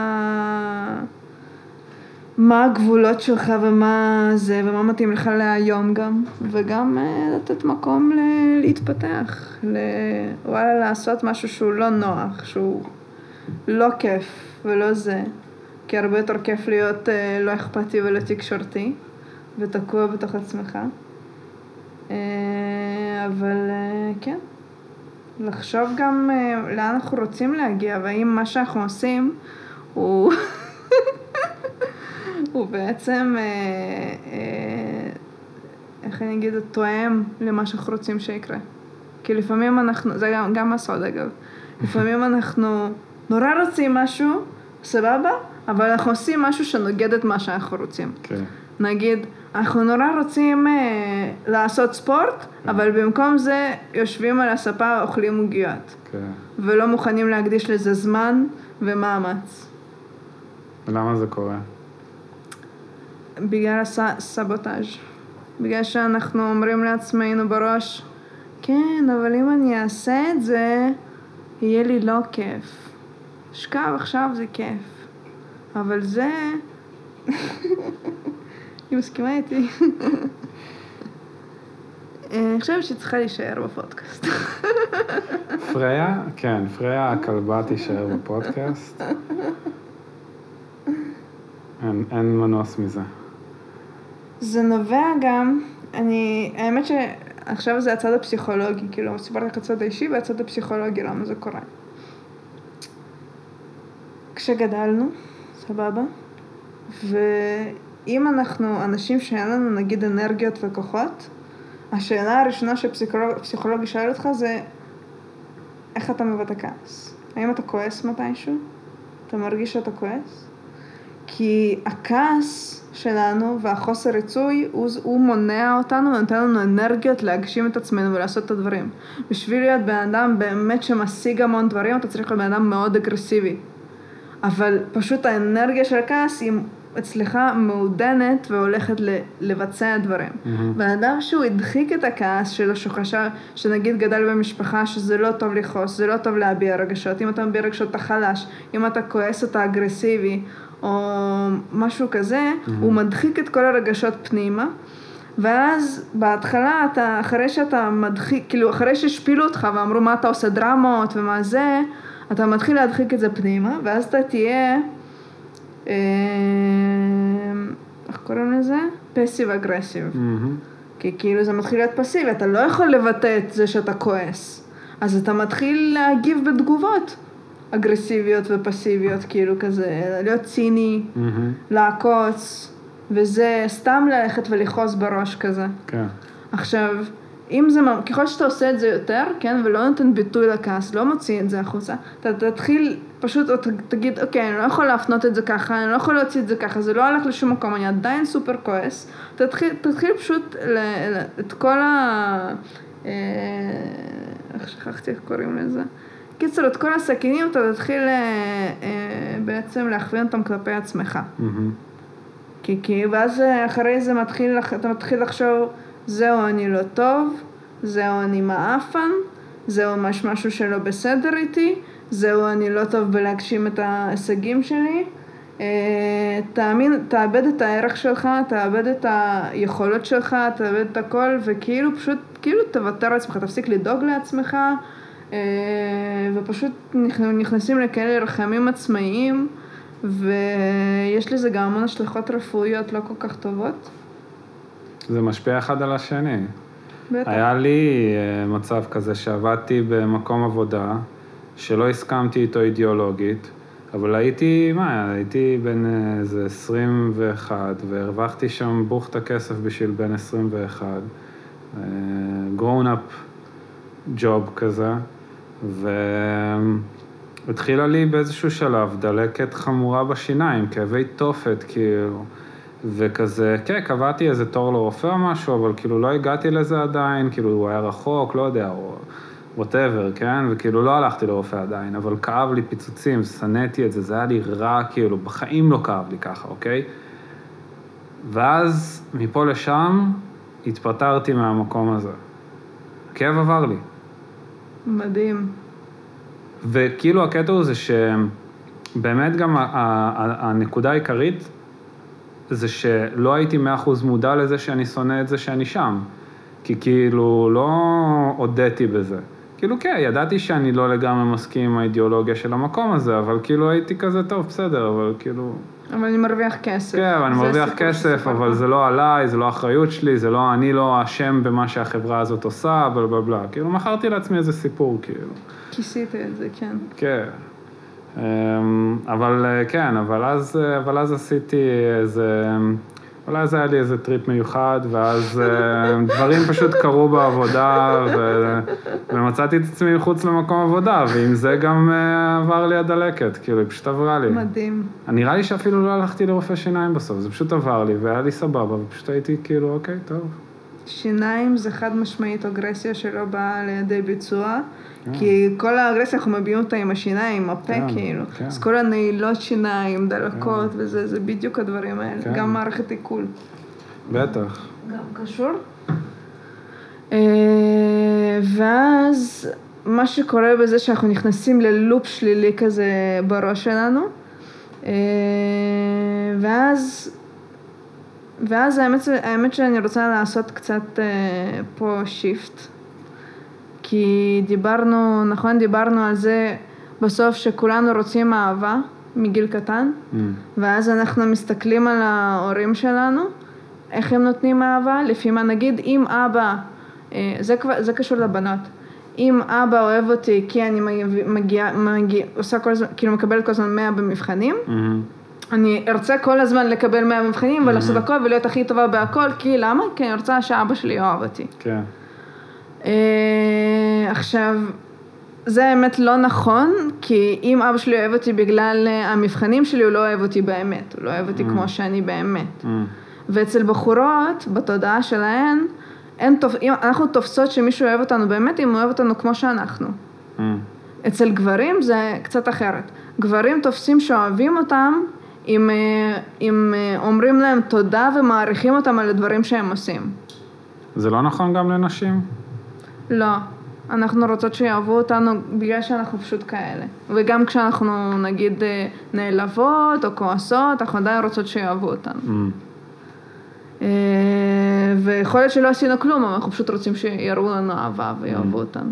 מה הגבולות שלך ומה זה, ומה מתאים לך להיום גם, וגם לתת מקום להתפתח, וואלה לעשות משהו שהוא לא נוח, שהוא לא כיף ולא זה, כי הרבה יותר כיף להיות לא אכפתי ולא תקשורתי. ותקוע בתוך עצמך. אבל כן, לחשוב גם לאן אנחנו רוצים להגיע, והאם מה שאנחנו עושים הוא הוא בעצם, איך אני אגיד, תואם למה שאנחנו רוצים שיקרה. כי לפעמים אנחנו, זה גם הסוד אגב, לפעמים אנחנו נורא רוצים משהו, סבבה, אבל אנחנו עושים משהו שנוגד את מה שאנחנו רוצים. כן. נגיד, אנחנו נורא רוצים לעשות ספורט, אבל במקום זה יושבים על הספה אוכלים עוגיות. כן. ולא מוכנים להקדיש לזה זמן ומאמץ. ולמה זה קורה? בגלל הסבוטאז'. בגלל שאנחנו אומרים לעצמנו בראש, כן, אבל אם אני אעשה את זה, יהיה לי לא כיף. שכב עכשיו זה כיף. אבל זה... היא מסכימה איתי. אני חושבת שצריכה להישאר בפודקאסט. פריה? כן, פריה הכלבה תישאר בפודקאסט. אין מנוס מזה. זה נובע גם, האמת שעכשיו זה הצד הפסיכולוגי, כאילו סיפרתי לך הצד האישי והצד הפסיכולוגי, למה זה קורה. כשגדלנו, סבבה, ואם אנחנו אנשים שאין לנו נגיד אנרגיות וכוחות, השאלה הראשונה שפסיכולוגי שואל אותך זה, איך אתה מבטא כעס? האם אתה כועס מתישהו? אתה מרגיש שאתה כועס? כי הכעס שלנו והחוסר ריצוי הוא מונע אותנו ונותן לנו אנרגיות להגשים את עצמנו ולעשות את הדברים. בשביל להיות בן אדם באמת שמשיג המון דברים, אתה צריך להיות בן אדם מאוד אגרסיבי. אבל פשוט האנרגיה של הכעס היא אצלך מעודנת והולכת לבצע דברים. בן אדם שהוא הדחיק את הכעס שלו, שהוא חשב שנגיד גדל במשפחה שזה לא טוב לכעוס, זה לא טוב להביע רגשות. אם אתה מביע רגשות אתה חלש, אם אתה כועס אתה אגרסיבי או משהו כזה, הוא מדחיק את כל הרגשות פנימה. ואז בהתחלה אתה, אחרי שאתה מדחיק, כאילו אחרי שהשפילו אותך ואמרו מה אתה עושה דרמות ומה זה, אתה מתחיל להדחיק את זה פנימה, ואז אתה תהיה, איך קוראים לזה? פסיב אגרסיב. כי כאילו זה מתחיל להיות פסיבי, אתה לא יכול לבטא את זה שאתה כועס. אז אתה מתחיל להגיב בתגובות אגרסיביות ופסיביות, כאילו כזה, להיות ציני, לעקוץ, וזה סתם ללכת ולחוס בראש כזה. כן. עכשיו, אם זה, ככל שאתה עושה את זה יותר, כן, ולא נותן ביטוי לכעס, לא מוציא את זה החוצה, אתה תתחיל פשוט תגיד, אוקיי, אני לא יכול להפנות את זה ככה, אני לא יכול להוציא את זה ככה, זה לא הולך לשום מקום, אני עדיין סופר כועס. תתחיל פשוט את כל איך שכחתי איך קוראים לזה? קיצור, את כל הסכינים אתה תתחיל בעצם להכווין אותם כלפי עצמך. ואז אחרי זה אתה מתחיל לחשוב, זהו אני לא טוב, זהו אני מאפן, זהו משהו שלא בסדר איתי, זהו אני לא טוב בלהגשים את ההישגים שלי. תאבד את הערך שלך, תאבד את היכולות שלך, תאבד את הכל, וכאילו פשוט, כאילו תוותר לעצמך, תפסיק לדאוג לעצמך, ופשוט נכנסים לכאלה רחמים עצמאיים, ויש לזה גם המון השלכות רפואיות לא כל כך טובות. זה משפיע אחד על השני. בטח. היה לי מצב כזה שעבדתי במקום עבודה, שלא הסכמתי איתו אידיאולוגית, אבל הייתי בין איזה 21, והרווחתי שם בוכת הכסף בשביל בין 21, grown up job כזה, והתחילה לי באיזשהו שלב דלקת חמורה בשיניים, כאבי תופת כאילו, וכזה, כן, קבעתי איזה תור לרופא או משהו, אבל כאילו לא הגעתי לזה עדיין, כאילו הוא היה רחוק, לא יודע, או whatever, כן? וכאילו לא הלכתי לרופא עדיין, אבל כאב לי פיצוצים, סנאתי את זה, זה היה לי רע, כאילו, בחיים לא כאב לי ככה, אוקיי? ואז מפה לשם התפטרתי מהמקום הזה. כאב עבר לי. מדהים. וכאילו הקטע הוא זה שבאמת גם הנקודה העיקרית, זה שלא הייתי 100% מודע לזה שאני שונא את זה שאני שם. כי כאילו לא הודיתי בזה. כאילו כן, ידעתי שאני לא לגמרי מסכים עם האידיאולוגיה של המקום הזה, אבל כאילו הייתי כזה טוב, בסדר, אבל כאילו... אבל אני מרוויח כסף. כן, אני מרוויח כסף, אבל זה לא עליי, זה לא אחריות שלי, זה לא, אני לא אשם במה שהחברה הזאת עושה, בלה בלה בלה. כאילו מכרתי לעצמי איזה סיפור, כאילו. כיסית את זה, כן. כן. אבל כן, אבל אז עשיתי איזה... אולי זה היה לי איזה טריפ מיוחד, ואז דברים פשוט קרו בעבודה, ומצאתי את עצמי מחוץ למקום עבודה, ועם זה גם עבר לי הדלקת, כאילו, היא פשוט עברה לי. מדהים. נראה לי שאפילו לא הלכתי לרופא שיניים בסוף, זה פשוט עבר לי, והיה לי סבבה, ופשוט הייתי כאילו, אוקיי, טוב. שיניים זה חד משמעית אגרסיה שלא באה לידי ביצוע, כי כל האגרסיה אנחנו מביאים אותה עם השיניים, עם הפה כאילו. אז כל הנעילות שיניים, דלקות וזה, זה בדיוק הדברים האלה. גם מערכת עיכול. בטח. גם קשור. ואז מה שקורה בזה שאנחנו נכנסים ללופ שלילי כזה בראש שלנו, ואז האמת שאני רוצה לעשות קצת פה שיפט. כי דיברנו על זה בסוף שכולנו רוצים אהבה מגיל קטן, ואז אנחנו מסתכלים על ההורים שלנו, איך הם נותנים אהבה, לפי מה נגיד, אם אבא, זה קשור לבנות, אם אבא אוהב אותי כי אני עושה כל הזמן, כאילו מקבלת כל הזמן 100 במבחנים, אני ארצה כל הזמן לקבל 100 במבחנים ולעשות הכל ולהיות הכי טובה בהכל, כי למה? כי אני רוצה שאבא שלי אוהב אותי. כן. עכשיו, זה האמת לא נכון, כי אם אבא שלי אוהב אותי בגלל המבחנים שלי, הוא לא אוהב אותי באמת, הוא לא אוהב אותי כמו שאני באמת. ואצל בחורות, בתודעה שלהן, אנחנו תופסות שמישהו אוהב אותנו באמת, אם הוא אוהב אותנו כמו שאנחנו. אצל גברים זה קצת אחרת. גברים תופסים שאוהבים אותם, אם אומרים להם תודה ומעריכים אותם על הדברים שהם עושים. זה לא נכון גם לנשים? לא. אנחנו רוצות שיאהבו אותנו בגלל שאנחנו פשוט כאלה. וגם כשאנחנו נגיד נעלבות או כועסות, אנחנו עדיין רוצות שיאהבו אותנו. ויכול להיות שלא עשינו כלום, אבל אנחנו פשוט רוצים שיראו לנו אהבה ויאהבו אותנו.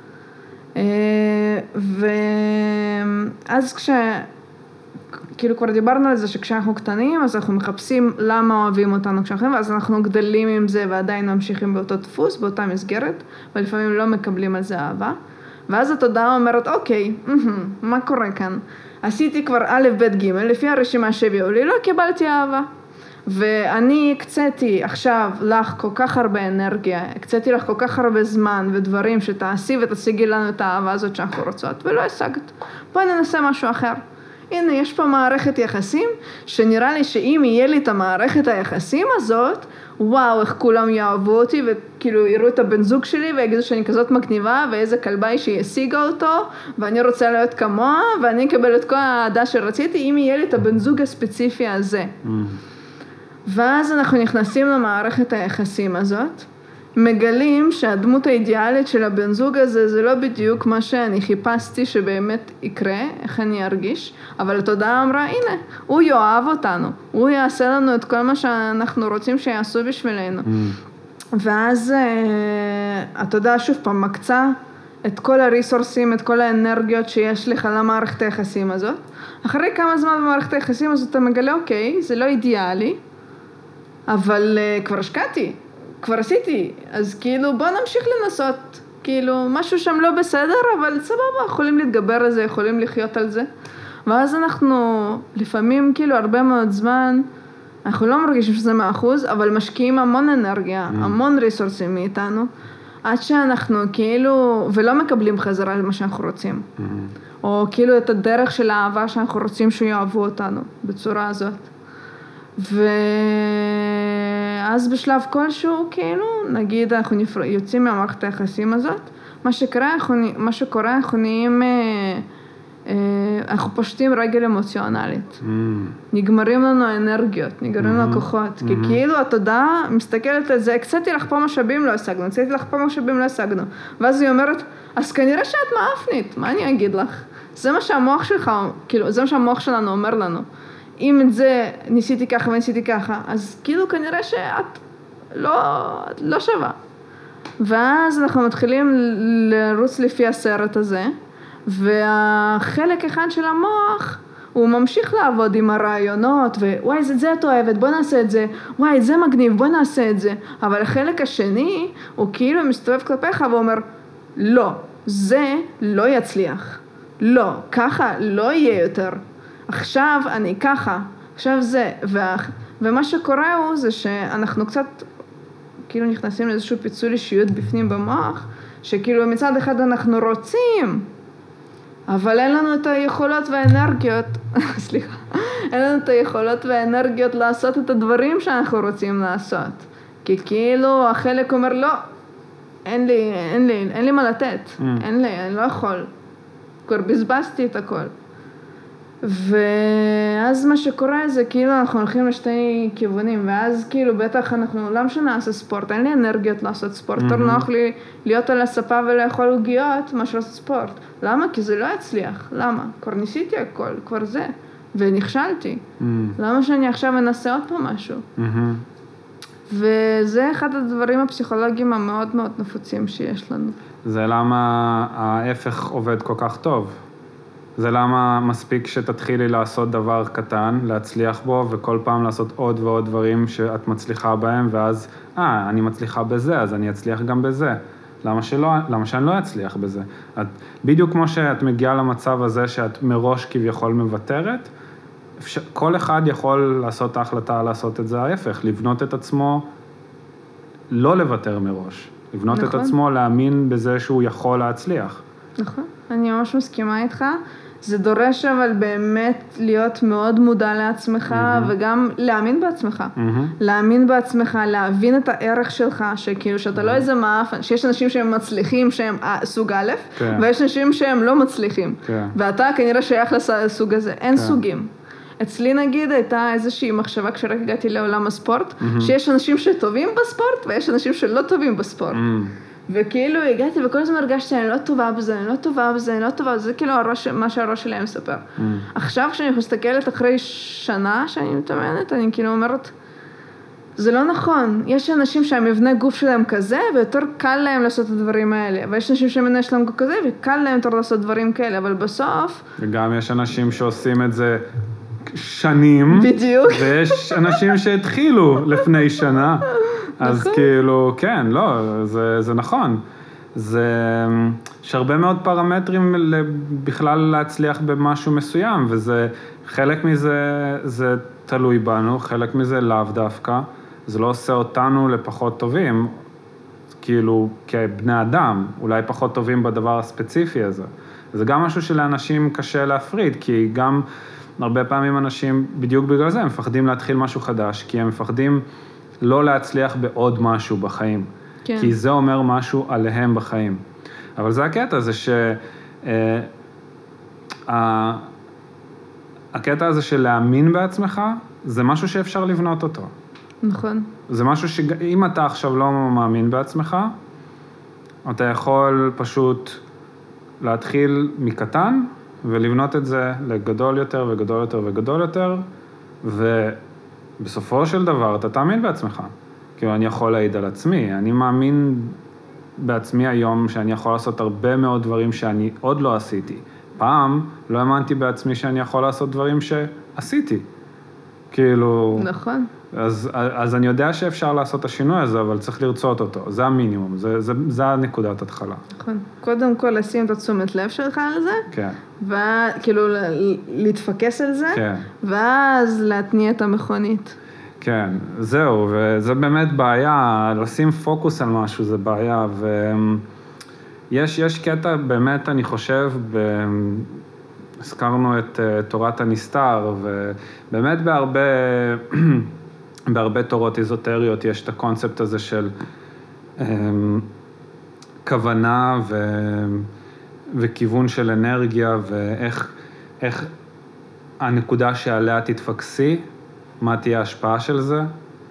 ואז כאילו כבר דיברנו על זה שכשאנחנו קטנים, אז אנחנו מחפשים למה אוהבים אותנו כשאנחנו קטנים, ואז אנחנו גדלים עם זה ועדיין ממשיכים באותו דפוס, באותה מסגרת, ולפעמים לא מקבלים על זה אהבה. ואז התודעה אומרת, אוקיי, מה קורה כאן? עשיתי כבר א', ב', ג', לפי הרשימה שהביאו לי, לא קיבלתי אהבה. ואני הקציתי עכשיו לך כל כך הרבה אנרגיה, הקציתי לך כל כך הרבה זמן ודברים שתעשי ותשיגי לנו את האהבה הזאת שאנחנו רוצות, ולא השגת. בואי ננסה משהו אחר. הנה, יש פה מערכת יחסים, שנראה לי שאם יהיה לי את המערכת היחסים הזאת, וואו, איך כולם יאהבו אותי, וכאילו יראו את הבן זוג שלי, ויגידו שאני כזאת מגניבה, ואיזה כלבה היא שהיא השיגה אותו, ואני רוצה להיות כמוה, ואני אקבל את כל האהדה שרציתי, אם יהיה לי את הבן זוג הספציפי הזה. ואז אנחנו נכנסים למערכת היחסים הזאת, מגלים שהדמות האידיאלית של הבן זוג הזה זה לא בדיוק מה שאני חיפשתי שבאמת יקרה, איך אני ארגיש, אבל התודעה אמרה, הנה, הוא יאהב אותנו, הוא יעשה לנו את כל מה שאנחנו רוצים שיעשו בשבילנו. ואז התודעה שוב פעם מקצה את כל הריסורסים, את כל האנרגיות שיש לך למערכת היחסים הזאת. אחרי כמה זמן במערכת היחסים הזאת אתה מגלה, אוקיי, זה לא אידיאלי, אבל כבר השקעתי. כבר עשיתי, אז כאילו בוא נמשיך לנסות, כאילו משהו שם לא בסדר, אבל סבבה, יכולים להתגבר על זה, יכולים לחיות על זה. ואז אנחנו לפעמים כאילו הרבה מאוד זמן, אנחנו לא מרגישים שזה 100%, אבל משקיעים המון אנרגיה, המון ריסורסים מאיתנו, עד שאנחנו כאילו, ולא מקבלים חזרה על מה שאנחנו רוצים. או כאילו את הדרך של האהבה שאנחנו רוצים שיאהבו אותנו, בצורה הזאת. ואז בשלב כלשהו, כאילו, נגיד, אנחנו יוצאים מהמערכת היחסים הזאת, מה שקורה, אנחנו נהיים, אנחנו פושטים רגל אמוציונלית. נגמרים לנו האנרגיות, נגמרים לנו הכוחות, כי כאילו התודעה מסתכלת על זה, הקציתי לך פה משאבים, לא השגנו, הקציתי לך פה משאבים, לא השגנו. ואז היא אומרת, אז כנראה שאת מאפנית, מה אני אגיד לך? זה מה שהמוח שלך, כאילו, זה מה שהמוח שלנו אומר לנו. אם את זה ניסיתי ככה וניסיתי ככה, אז כאילו כנראה שאת לא שווה. ואז אנחנו מתחילים לרוץ לפי הסרט הזה, והחלק אחד של המוח, הוא ממשיך לעבוד עם הרעיונות, ווואי, את זה את אוהבת, בוא נעשה את זה, וואי, זה מגניב, בוא נעשה את זה. אבל החלק השני, הוא כאילו מסתובב כלפיך ואומר, לא, זה לא יצליח. לא, ככה לא יהיה יותר. עכשיו אני ככה, עכשיו זה, ומה שקורה הוא זה שאנחנו קצת כאילו נכנסים לאיזשהו פיצול אישיות בפנים במוח, שכאילו מצד אחד אנחנו רוצים, אבל אין לנו את היכולות והאנרגיות, סליחה, אין לנו את היכולות והאנרגיות לעשות את הדברים שאנחנו רוצים לעשות, כי כאילו החלק אומר לא, אין לי מה לתת, אני לא יכול, כבר בזבזתי את הכל. ואז מה שקורה זה כאילו אנחנו הולכים לשתי כיוונים, ואז כאילו בטח אנחנו, למה שנעשה ספורט? אין לי אנרגיות לעשות ספורט, יותר נוח לי להיות על הספה ולאכול עוגיות מאשר לעשות ספורט. למה? כי זה לא יצליח. למה? כבר ניסיתי הכל, כבר זה, ונכשלתי. למה שאני עכשיו אנסה עוד פעם משהו? וזה אחד הדברים הפסיכולוגיים המאוד מאוד נפוצים שיש לנו. זה למה ההפך עובד כל כך טוב. זה למה מספיק שתתחילי לעשות דבר קטן, להצליח בו, וכל פעם לעשות עוד ועוד דברים שאת מצליחה בהם, ואז, אני מצליחה בזה, אז אני אצליח גם בזה. למה שאני לא אצליח בזה? בדיוק כמו שאת מגיעה למצב הזה שאת מראש כביכול מוותרת, כל אחד יכול לעשות ההחלטה לעשות את זה ההפך, לבנות את עצמו, לא לוותר מראש, לבנות את עצמו, להאמין בזה שהוא יכול להצליח. נכון, אני ממש מסכימה איתך, זה דורש אבל באמת להיות מאוד מודע לעצמך וגם להאמין בעצמך, להאמין בעצמך, להבין את הערך שלך, שכאילו שאתה לא איזה מאפן, שיש אנשים שהם מצליחים שהם סוג א', ויש אנשים שהם לא מצליחים, ואתה כנראה שייך לסוג הזה, אין סוגים. אצלי נגיד הייתה איזושהי מחשבה כשרק הגעתי לעולם הספורט, שיש אנשים שטובים בספורט ויש אנשים שלא טובים בספורט. וכאילו הגעתי וכל הזמן הרגשתי, אני לא טובה בזה, אני לא טובה בזה, אני לא טובה בזה, זה כאילו מה שהראש שלהם מספר. עכשיו כשאני מסתכלת אחרי שנה שאני מתאמנת, אני כאילו אומרת, זה לא נכון. יש אנשים שהמבנה גוף שלהם כזה, ויותר קל להם לעשות את הדברים האלה. ויש אנשים שהמבנה שלהם גוף כזה, וקל להם יותר לעשות דברים כאלה, אבל בסוף... וגם יש אנשים שעושים את זה שנים. בדיוק. ויש אנשים שהתחילו לפני שנה. אז כאילו, כן, לא, זה נכון. יש הרבה מאוד פרמטרים בכלל להצליח במשהו מסוים, וזה, חלק מזה זה תלוי בנו, חלק מזה לאו דווקא, זה לא עושה אותנו לפחות טובים, כאילו כבני אדם, אולי פחות טובים בדבר הספציפי הזה. זה גם משהו שלאנשים קשה להפריד, כי גם הרבה פעמים אנשים בדיוק בגלל זה, הם מפחדים להתחיל משהו חדש, כי הם מפחדים לא להצליח בעוד משהו בחיים. כן. כי זה אומר משהו עליהם בחיים. אבל זה הקטע, זה הקטע הזה של להאמין בעצמך, זה משהו שאפשר לבנות אותו. נכון. זה משהו שאם אתה עכשיו לא מאמין בעצמך, אתה יכול פשוט להתחיל מקטן, ולבנות את זה לגדול יותר וגדול יותר וגדול יותר, ובסופו של דבר אתה תאמין בעצמך. כאילו אני יכול להעיד על עצמי, אני מאמין בעצמי היום שאני יכול לעשות הרבה מאוד דברים שאני עוד לא עשיתי. פעם לא האמנתי בעצמי שאני יכול לעשות דברים שעשיתי. כאילו... נכון. אז אני יודע שאפשר לעשות את השינוי הזה, אבל צריך לרצות אותו, זה המינימום, זה הנקודת התחלה. נכון. קודם כל לשים את התשומת לב שלך על זה, כן. וכאילו להתפקס על זה, כן. ואז להתניע את המכונית. כן, זהו, וזה באמת בעיה, לשים פוקוס על משהו זה בעיה, ויש קטע באמת, אני חושב, הזכרנו את תורת הנסתר, ובאמת בהרבה תורות איזוטריות יש את הקונספט הזה של כוונה וכיוון של אנרגיה, ואיך הנקודה שעליה תתפקסי, מה תהיה ההשפעה של זה,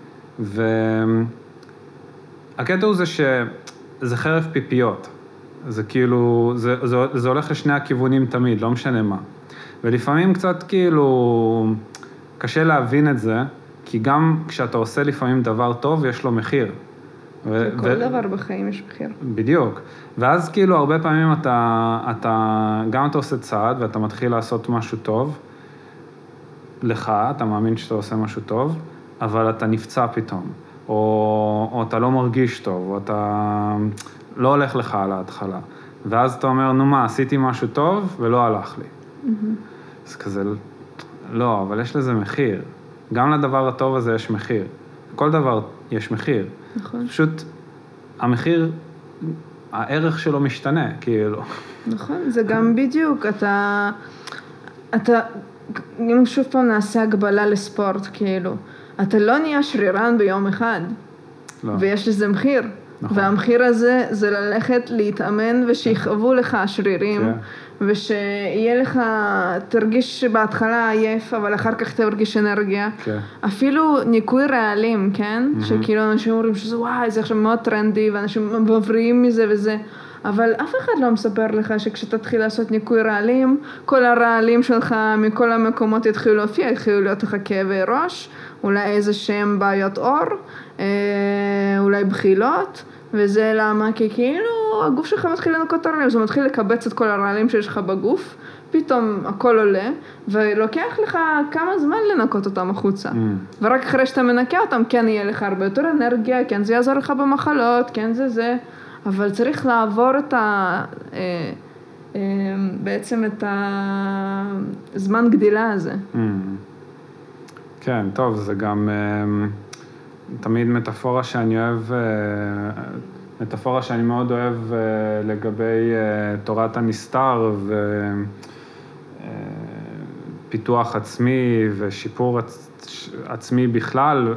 והקטע הוא זה שזה חרב פיפיות, זה כאילו, זה הולך לשני הכיוונים תמיד, לא משנה מה. ולפעמים קצת כאילו קשה להבין את זה, כי גם כשאתה עושה לפעמים דבר טוב, יש לו מחיר. כל דבר בחיים יש מחיר. בדיוק. ואז כאילו הרבה פעמים גם אתה עושה צעד, ואתה מתחיל לעשות משהו טוב, לך, אתה מאמין שאתה עושה משהו טוב, אבל אתה נפצע פתאום, או אתה לא מרגיש טוב, או אתה לא הולך לך על ההתחלה. ואז אתה אומר, נו מה, עשיתי משהו טוב ולא הלך לי. אז כזה, לא, אבל יש לזה מחיר. גם לדבר הטוב הזה יש מחיר. כל דבר יש מחיר. נכון. פשוט המחיר, הערך שלו משתנה, כאילו. נכון, זה גם בדיוק, אתה, אם שוב פעם נעשה הגבלה לספורט, כאילו, אתה לא נהיה שרירן ביום אחד, לא. ויש לזה מחיר. נכון. והמחיר הזה זה ללכת להתאמן ושיכאבו לך השרירים, כן. ושיהיה לך, תרגיש בהתחלה עייף, אבל אחר כך תרגיש אנרגיה. כן. אפילו ניקוי רעלים, כן? שכאילו אנשים אומרים שזה וואי, זה עכשיו מאוד טרנדי, ואנשים מבריאים מזה וזה. אבל אף אחד לא מספר לך שכשתתחיל לעשות ניקוי רעלים, כל הרעלים שלך מכל המקומות יתחילו להופיע, יתחילו להיות לך כאבי ראש, אולי איזה שהם בעיות אור, אולי בחילות, וזה למה? כי כאילו הגוף שלך מתחיל לנקות הרעלים, זה מתחיל לקבץ את כל הרעלים שיש לך בגוף, פתאום הכל עולה, ולוקח לך כמה זמן לנקות אותם החוצה. ורק אחרי שאתה מנקה אותם, כן יהיה לך הרבה יותר אנרגיה, כן זה יעזור לך במחלות, כן זה. אבל צריך לעבור בעצם את הזמן גדילה הזה. כן, טוב, זה גם תמיד מטאפורה שאני אוהב, מטאפורה שאני מאוד אוהב לגבי תורת הנסתר ופיתוח עצמי ושיפור עצמי בכלל,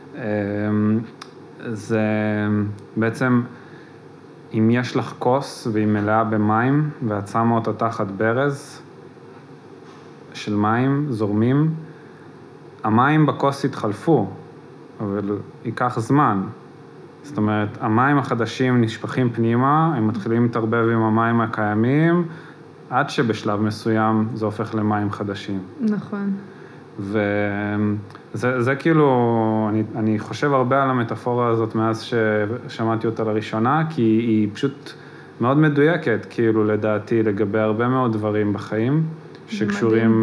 זה בעצם אם יש לך כוס והיא מלאה במים ואת שמה אותה תחת ברז של מים זורמים, המים בכוס יתחלפו, אבל ייקח זמן. זאת אומרת, המים החדשים נשפכים פנימה, הם מתחילים להתערבב עם המים הקיימים, עד שבשלב מסוים זה הופך למים חדשים. נכון. וזה כאילו, אני חושב הרבה על המטאפורה הזאת מאז ששמעתי אותה לראשונה, כי היא פשוט מאוד מדויקת, כאילו לדעתי, לגבי הרבה מאוד דברים בחיים, שקשורים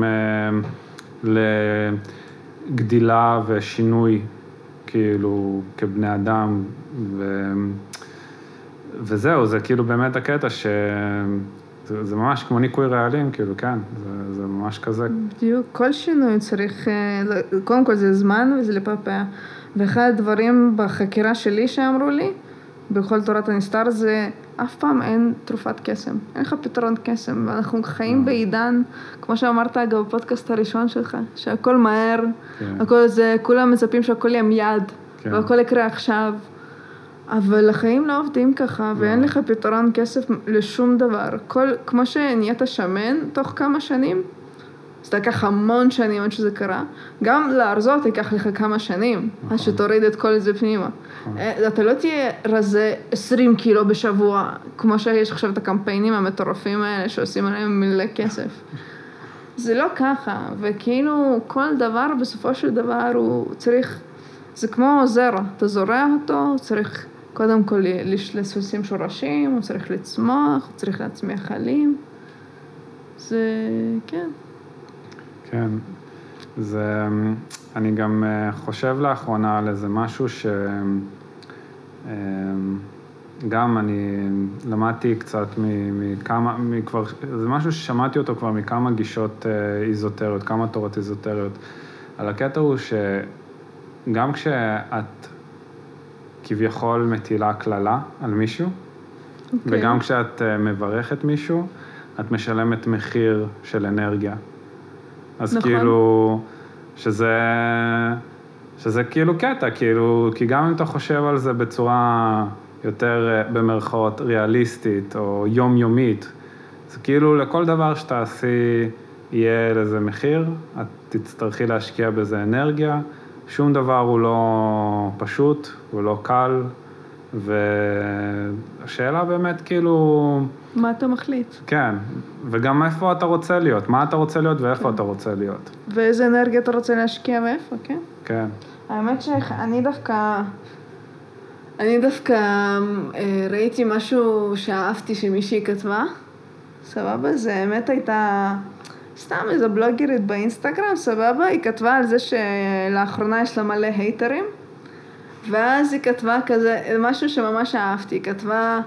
לגדילה ושינוי, כאילו, כבני אדם, וזהו, זה כאילו באמת הקטע זה ממש כמו ניקוי רעלים, כאילו, כן, זה ממש כזה. בדיוק, כל שינוי צריך, קודם כל זה זמן וזה לפעפע. ואחד הדברים בחקירה שלי שאמרו לי, בכל תורת הנסתר זה, אף פעם אין תרופת קסם, אין לך פתרון קסם, ואנחנו חיים בעידן, כמו שאמרת אגב בפודקאסט הראשון שלך, שהכל מהר, הכל זה, כולם מצפים שהכל יהיה מיד, והכל יקרה עכשיו. אבל החיים לא עובדים ככה, ואין לך פתרון כסף לשום דבר. כמו שנהיית שמן תוך כמה שנים, זה לקח המון שנים עד שזה קרה. גם לארזות ייקח לך כמה שנים, עד שתוריד את כל זה פנימה. אתה לא תהיה רזה 20 קילו בשבוע, כמו שיש עכשיו את הקמפיינים המטורפים האלה שעושים עליהם מלא כסף. זה לא ככה, וכאילו כל דבר בסופו של דבר הוא צריך, זה כמו זרע, אתה זורע אותו, הוא צריך קודם כל לשים שורשים, הוא צריך לצמוח, הוא צריך להצמיח עלים. זה, כן. כן, אני גם חושב לאחרונה על איזה משהו גם אני למדתי קצת מכבר, זה משהו ששמעתי אותו כבר מכמה גישות איזוטריות, כמה תורות איזוטריות. על הקטע הוא שגם כשאת כביכול מטילה כללה על מישהו, וגם כשאת מברכת מישהו, את משלמת מחיר של אנרגיה. אז כאילו, שזה כאילו קטע, כאילו, כי גם אם אתה חושב על זה בצורה יותר במרכאות ריאליסטית או יומיומית, זה כאילו לכל דבר שתעשי יהיה לזה מחיר, את תצטרכי להשקיע בזה אנרגיה, שום דבר הוא לא פשוט, הוא לא קל, והשאלה באמת כאילו... מה אתה מחליט? כן, וגם איפה אתה רוצה להיות, מה אתה רוצה להיות ואיפה אתה רוצה להיות. ואיזה אנרגיה אתה רוצה להשקיע ואיפה, כן? כן. האמת שאני דווקא ראיתי משהו שאהבתי שמישהי כתבה, סבבה, זה האמת הייתה סתם איזו בלוגרית באינסטגרם, סבבה, היא כתבה על זה שלאחרונה יש לה מלא הייטרים, ואז היא כתבה כזה, משהו שממש אהבתי, היא כתבה,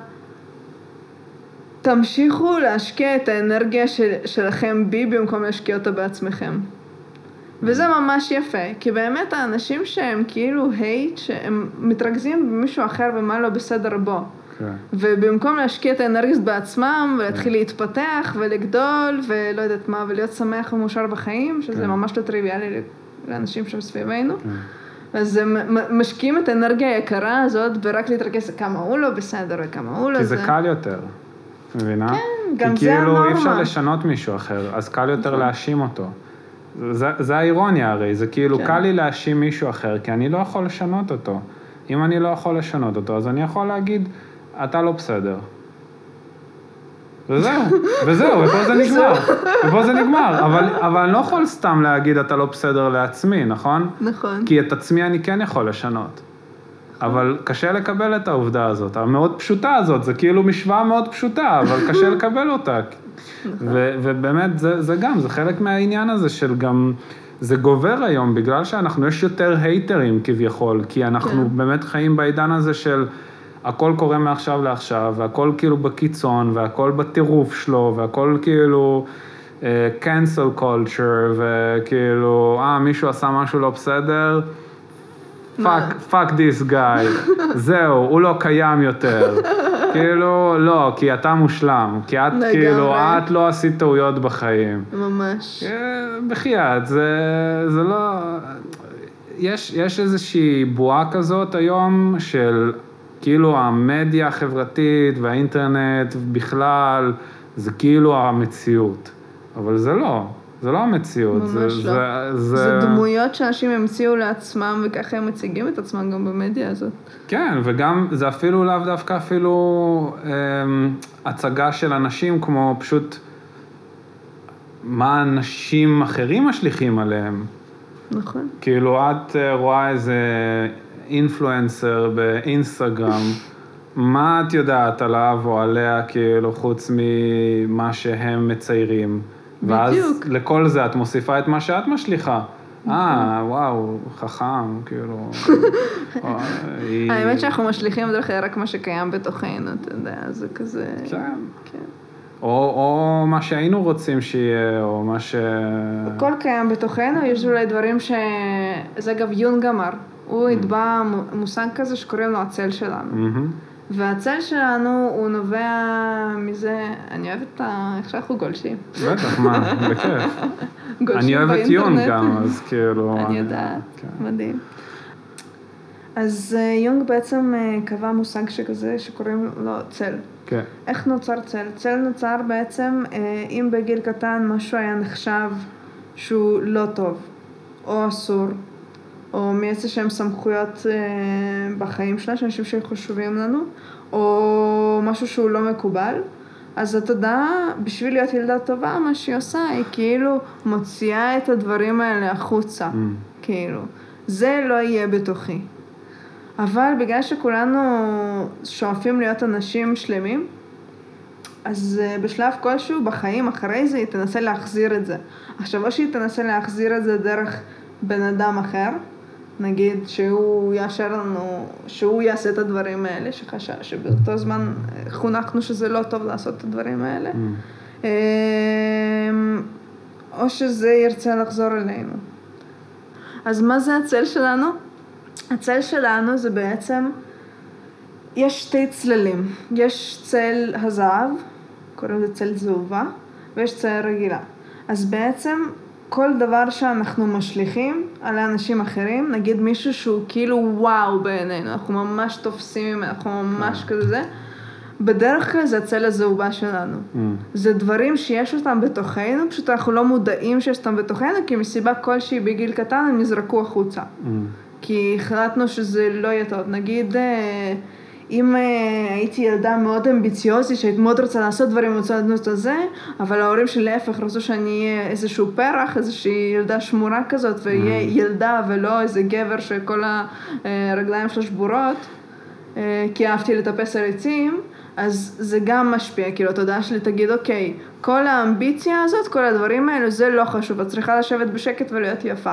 תמשיכו להשקיע את האנרגיה שלכם בי במקום להשקיע אותה בעצמכם. וזה ממש יפה, כי באמת האנשים שהם כאילו הייט, שהם מתרכזים במישהו אחר ומה לא בסדר בו. ובמקום להשקיע את האנרגיות בעצמם, ולהתחיל להתפתח ולגדול, ולא יודעת מה, ולהיות שמח ומאושר בחיים, שזה ממש לא טריוויאלי לאנשים שם סביבנו. אז הם משקיעים את האנרגיה היקרה הזאת, ורק להתרכז כמה הוא לא בסדר, וכמה הוא לא כי זה. זה קל יותר, מבינה? כן, גם כי זה כאילו הנורמה. אי אפשר לשנות מישהו אחר, אז קל יותר להאשים אותו. זה האירוניה הרי, זה כאילו קל לי להאשים מישהו אחר, כי אני לא יכול לשנות אותו. אם אני לא יכול לשנות אותו, אז אני יכול להגיד, אתה לא בסדר. וזהו, ופה זה נגמר. אבל אני לא יכול סתם להגיד, אתה לא בסדר לעצמי, נכון? נכון. כי את עצמי אני כן יכול לשנות. אבל קשה לקבל את העובדה הזאת, המאוד פשוטה הזאת, זה כאילו משוואה מאוד פשוטה, אבל קשה לקבל אותה. ובאמת זה גם, זה חלק מהעניין הזה של גם, זה גובר היום, בגלל שאנחנו, יש יותר הייטרים כביכול, כי אנחנו באמת חיים בעידן הזה של הכל קורה מעכשיו לעכשיו, והכל כאילו בקיצון, והכל בטירוף שלו, והכל כאילו cancel culture, וכאילו, מישהו עשה משהו לא בסדר, fuck this guy, זהו, הוא לא קיים יותר. כאילו, לא, כי אתה מושלם, כי את כאילו, את לא עשית טעויות בחיים. ממש. בחייאת, זה לא... יש איזושהי בועה כזאת היום של כאילו המדיה החברתית והאינטרנט בכלל, זה כאילו המציאות. אבל זה לא. זה לא המציאות. ממש לא. זה דמויות שאנשים המציאו לעצמם, וככה הם מציגים את עצמם גם במדיה הזאת. כן, וגם זה אפילו לאו דווקא אפילו הצגה של אנשים כמו פשוט מה אנשים אחרים משליכים עליהם. נכון. כאילו את רואה איזה אינפלואנסר באינסטגרם, מה את יודעת עליו או עליה כאילו חוץ ממה שהם מציירים? ואז לכל זה את מוסיפה את מה שאת משליחה. וואו, חכם, כאילו. האמת שאנחנו משליכים דרך רק מה שקיים בתוכנו, אתה יודע, זה כזה... כן. או מה שהיינו רוצים שיהיה, או מה ש... הכל קיים בתוכנו, יש אולי דברים ש... זה אגב יונג אמר, הוא התבע מושג כזה שקוראים לו הצל שלנו. והצל שלנו הוא נובע מזה, אני אוהבת את איך שאנחנו גולשים. בטח, מה, בכיף. אני אוהבת יונג גם, אז כאילו... אני יודעת, מדהים. אז יונג בעצם קבע מושג שכזה שקוראים לו צל. כן. איך נוצר צל? צל נוצר בעצם אם בגיל קטן משהו היה נחשב שהוא לא טוב, או אסור, או מאיזה שהם סמכויות בחיים שלה, שאנשים שחשובים לנו, או משהו שהוא לא מקובל, אז התודעה, בשביל להיות ילדה טובה, מה שהיא עושה, היא כאילו מוציאה את הדברים האלה החוצה, כאילו. זה לא יהיה בתוכי. אבל בגלל שכולנו שואפים להיות אנשים שלמים, אז בשלב כלשהו בחיים אחרי זה היא תנסה להחזיר את זה. עכשיו, או שהיא תנסה להחזיר את זה דרך בן אדם אחר, נגיד שהוא יאשר לנו, שהוא יעשה את הדברים האלה, שבאותו זמן חונכנו שזה לא טוב לעשות את הדברים האלה, או שזה ירצה לחזור אלינו. אז מה זה הצל שלנו? הצל שלנו זה בעצם, יש שתי צללים. יש צל הזהב, קוראים לזה צל זהובה, ויש צל רגילה. אז בעצם כל דבר שאנחנו משליכים על האנשים אחרים, נגיד מישהו שהוא כאילו וואו בעינינו, אנחנו ממש תופסים, אנחנו ממש כזה, בדרך כלל זה הצל הזהובה שלנו. זה דברים שיש אותם בתוכנו, פשוט אנחנו לא מודעים שיש אותם בתוכנו, כי מסיבה כלשהי בגיל קטן הם נזרקו החוצה. כי החלטנו שזה לא יהיה טוב. נגיד, אם הייתי ילדה מאוד אמביציוזית, שהיית מאוד רוצה לעשות דברים מצוות הזה, אבל ההורים שלי להפך רצו שאני אהיה איזשהו פרח, איזושהי ילדה שמורה כזאת, ויהיה ילדה ולא איזה גבר שכל הרגליים שלו שבורות, כי אהבתי לטפס על עצים, אז זה גם משפיע, כאילו, התודעה שלי תגיד, אוקיי, כל האמביציה הזאת, כל הדברים האלו, זה לא חשוב, את צריכה לשבת בשקט ולהיות יפה.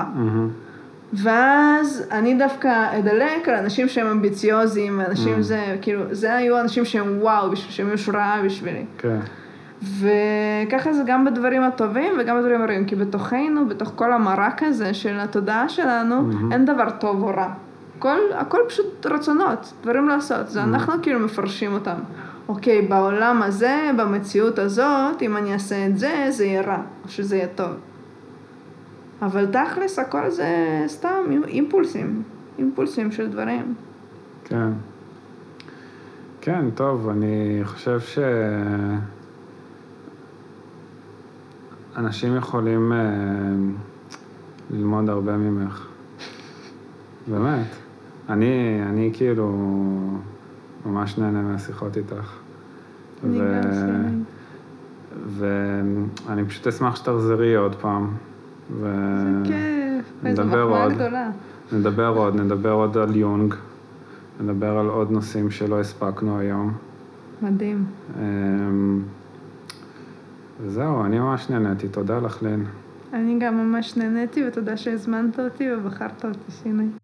ואז אני דווקא אדלק על אנשים שהם אמביציוזיים, אנשים זה, כאילו, זה היו אנשים שהם וואו, שהם השראה בשבילי. כן. וככה זה גם בדברים הטובים וגם בדברים הרעים, כי בתוכנו, בתוך כל המרק הזה של התודעה שלנו, אין דבר טוב או רע. הכל פשוט רצונות, דברים לעשות. זה אנחנו כאילו מפרשים אותם. אוקיי, בעולם הזה, במציאות הזאת, אם אני אעשה את זה, זה יהיה רע, או שזה יהיה טוב. אבל תכלס, הכל זה סתם אימפולסים של דברים. כן. כן, טוב, אני חושב אנשים יכולים ללמוד הרבה ממך. באמת. אני כאילו ממש נהנה מהשיחות איתך. אני גם סיימת. ואני פשוט אשמח שתחזרי עוד פעם. זה כיף, איזו מחמאה גדולה. נדבר עוד על יונג, נדבר על עוד נושאים שלא הספקנו היום. מדהים. וזהו, אני ממש נהניתי, תודה לך לין. אני גם ממש נהניתי ותודה שהזמנת אותי ובחרת אותי, שיני.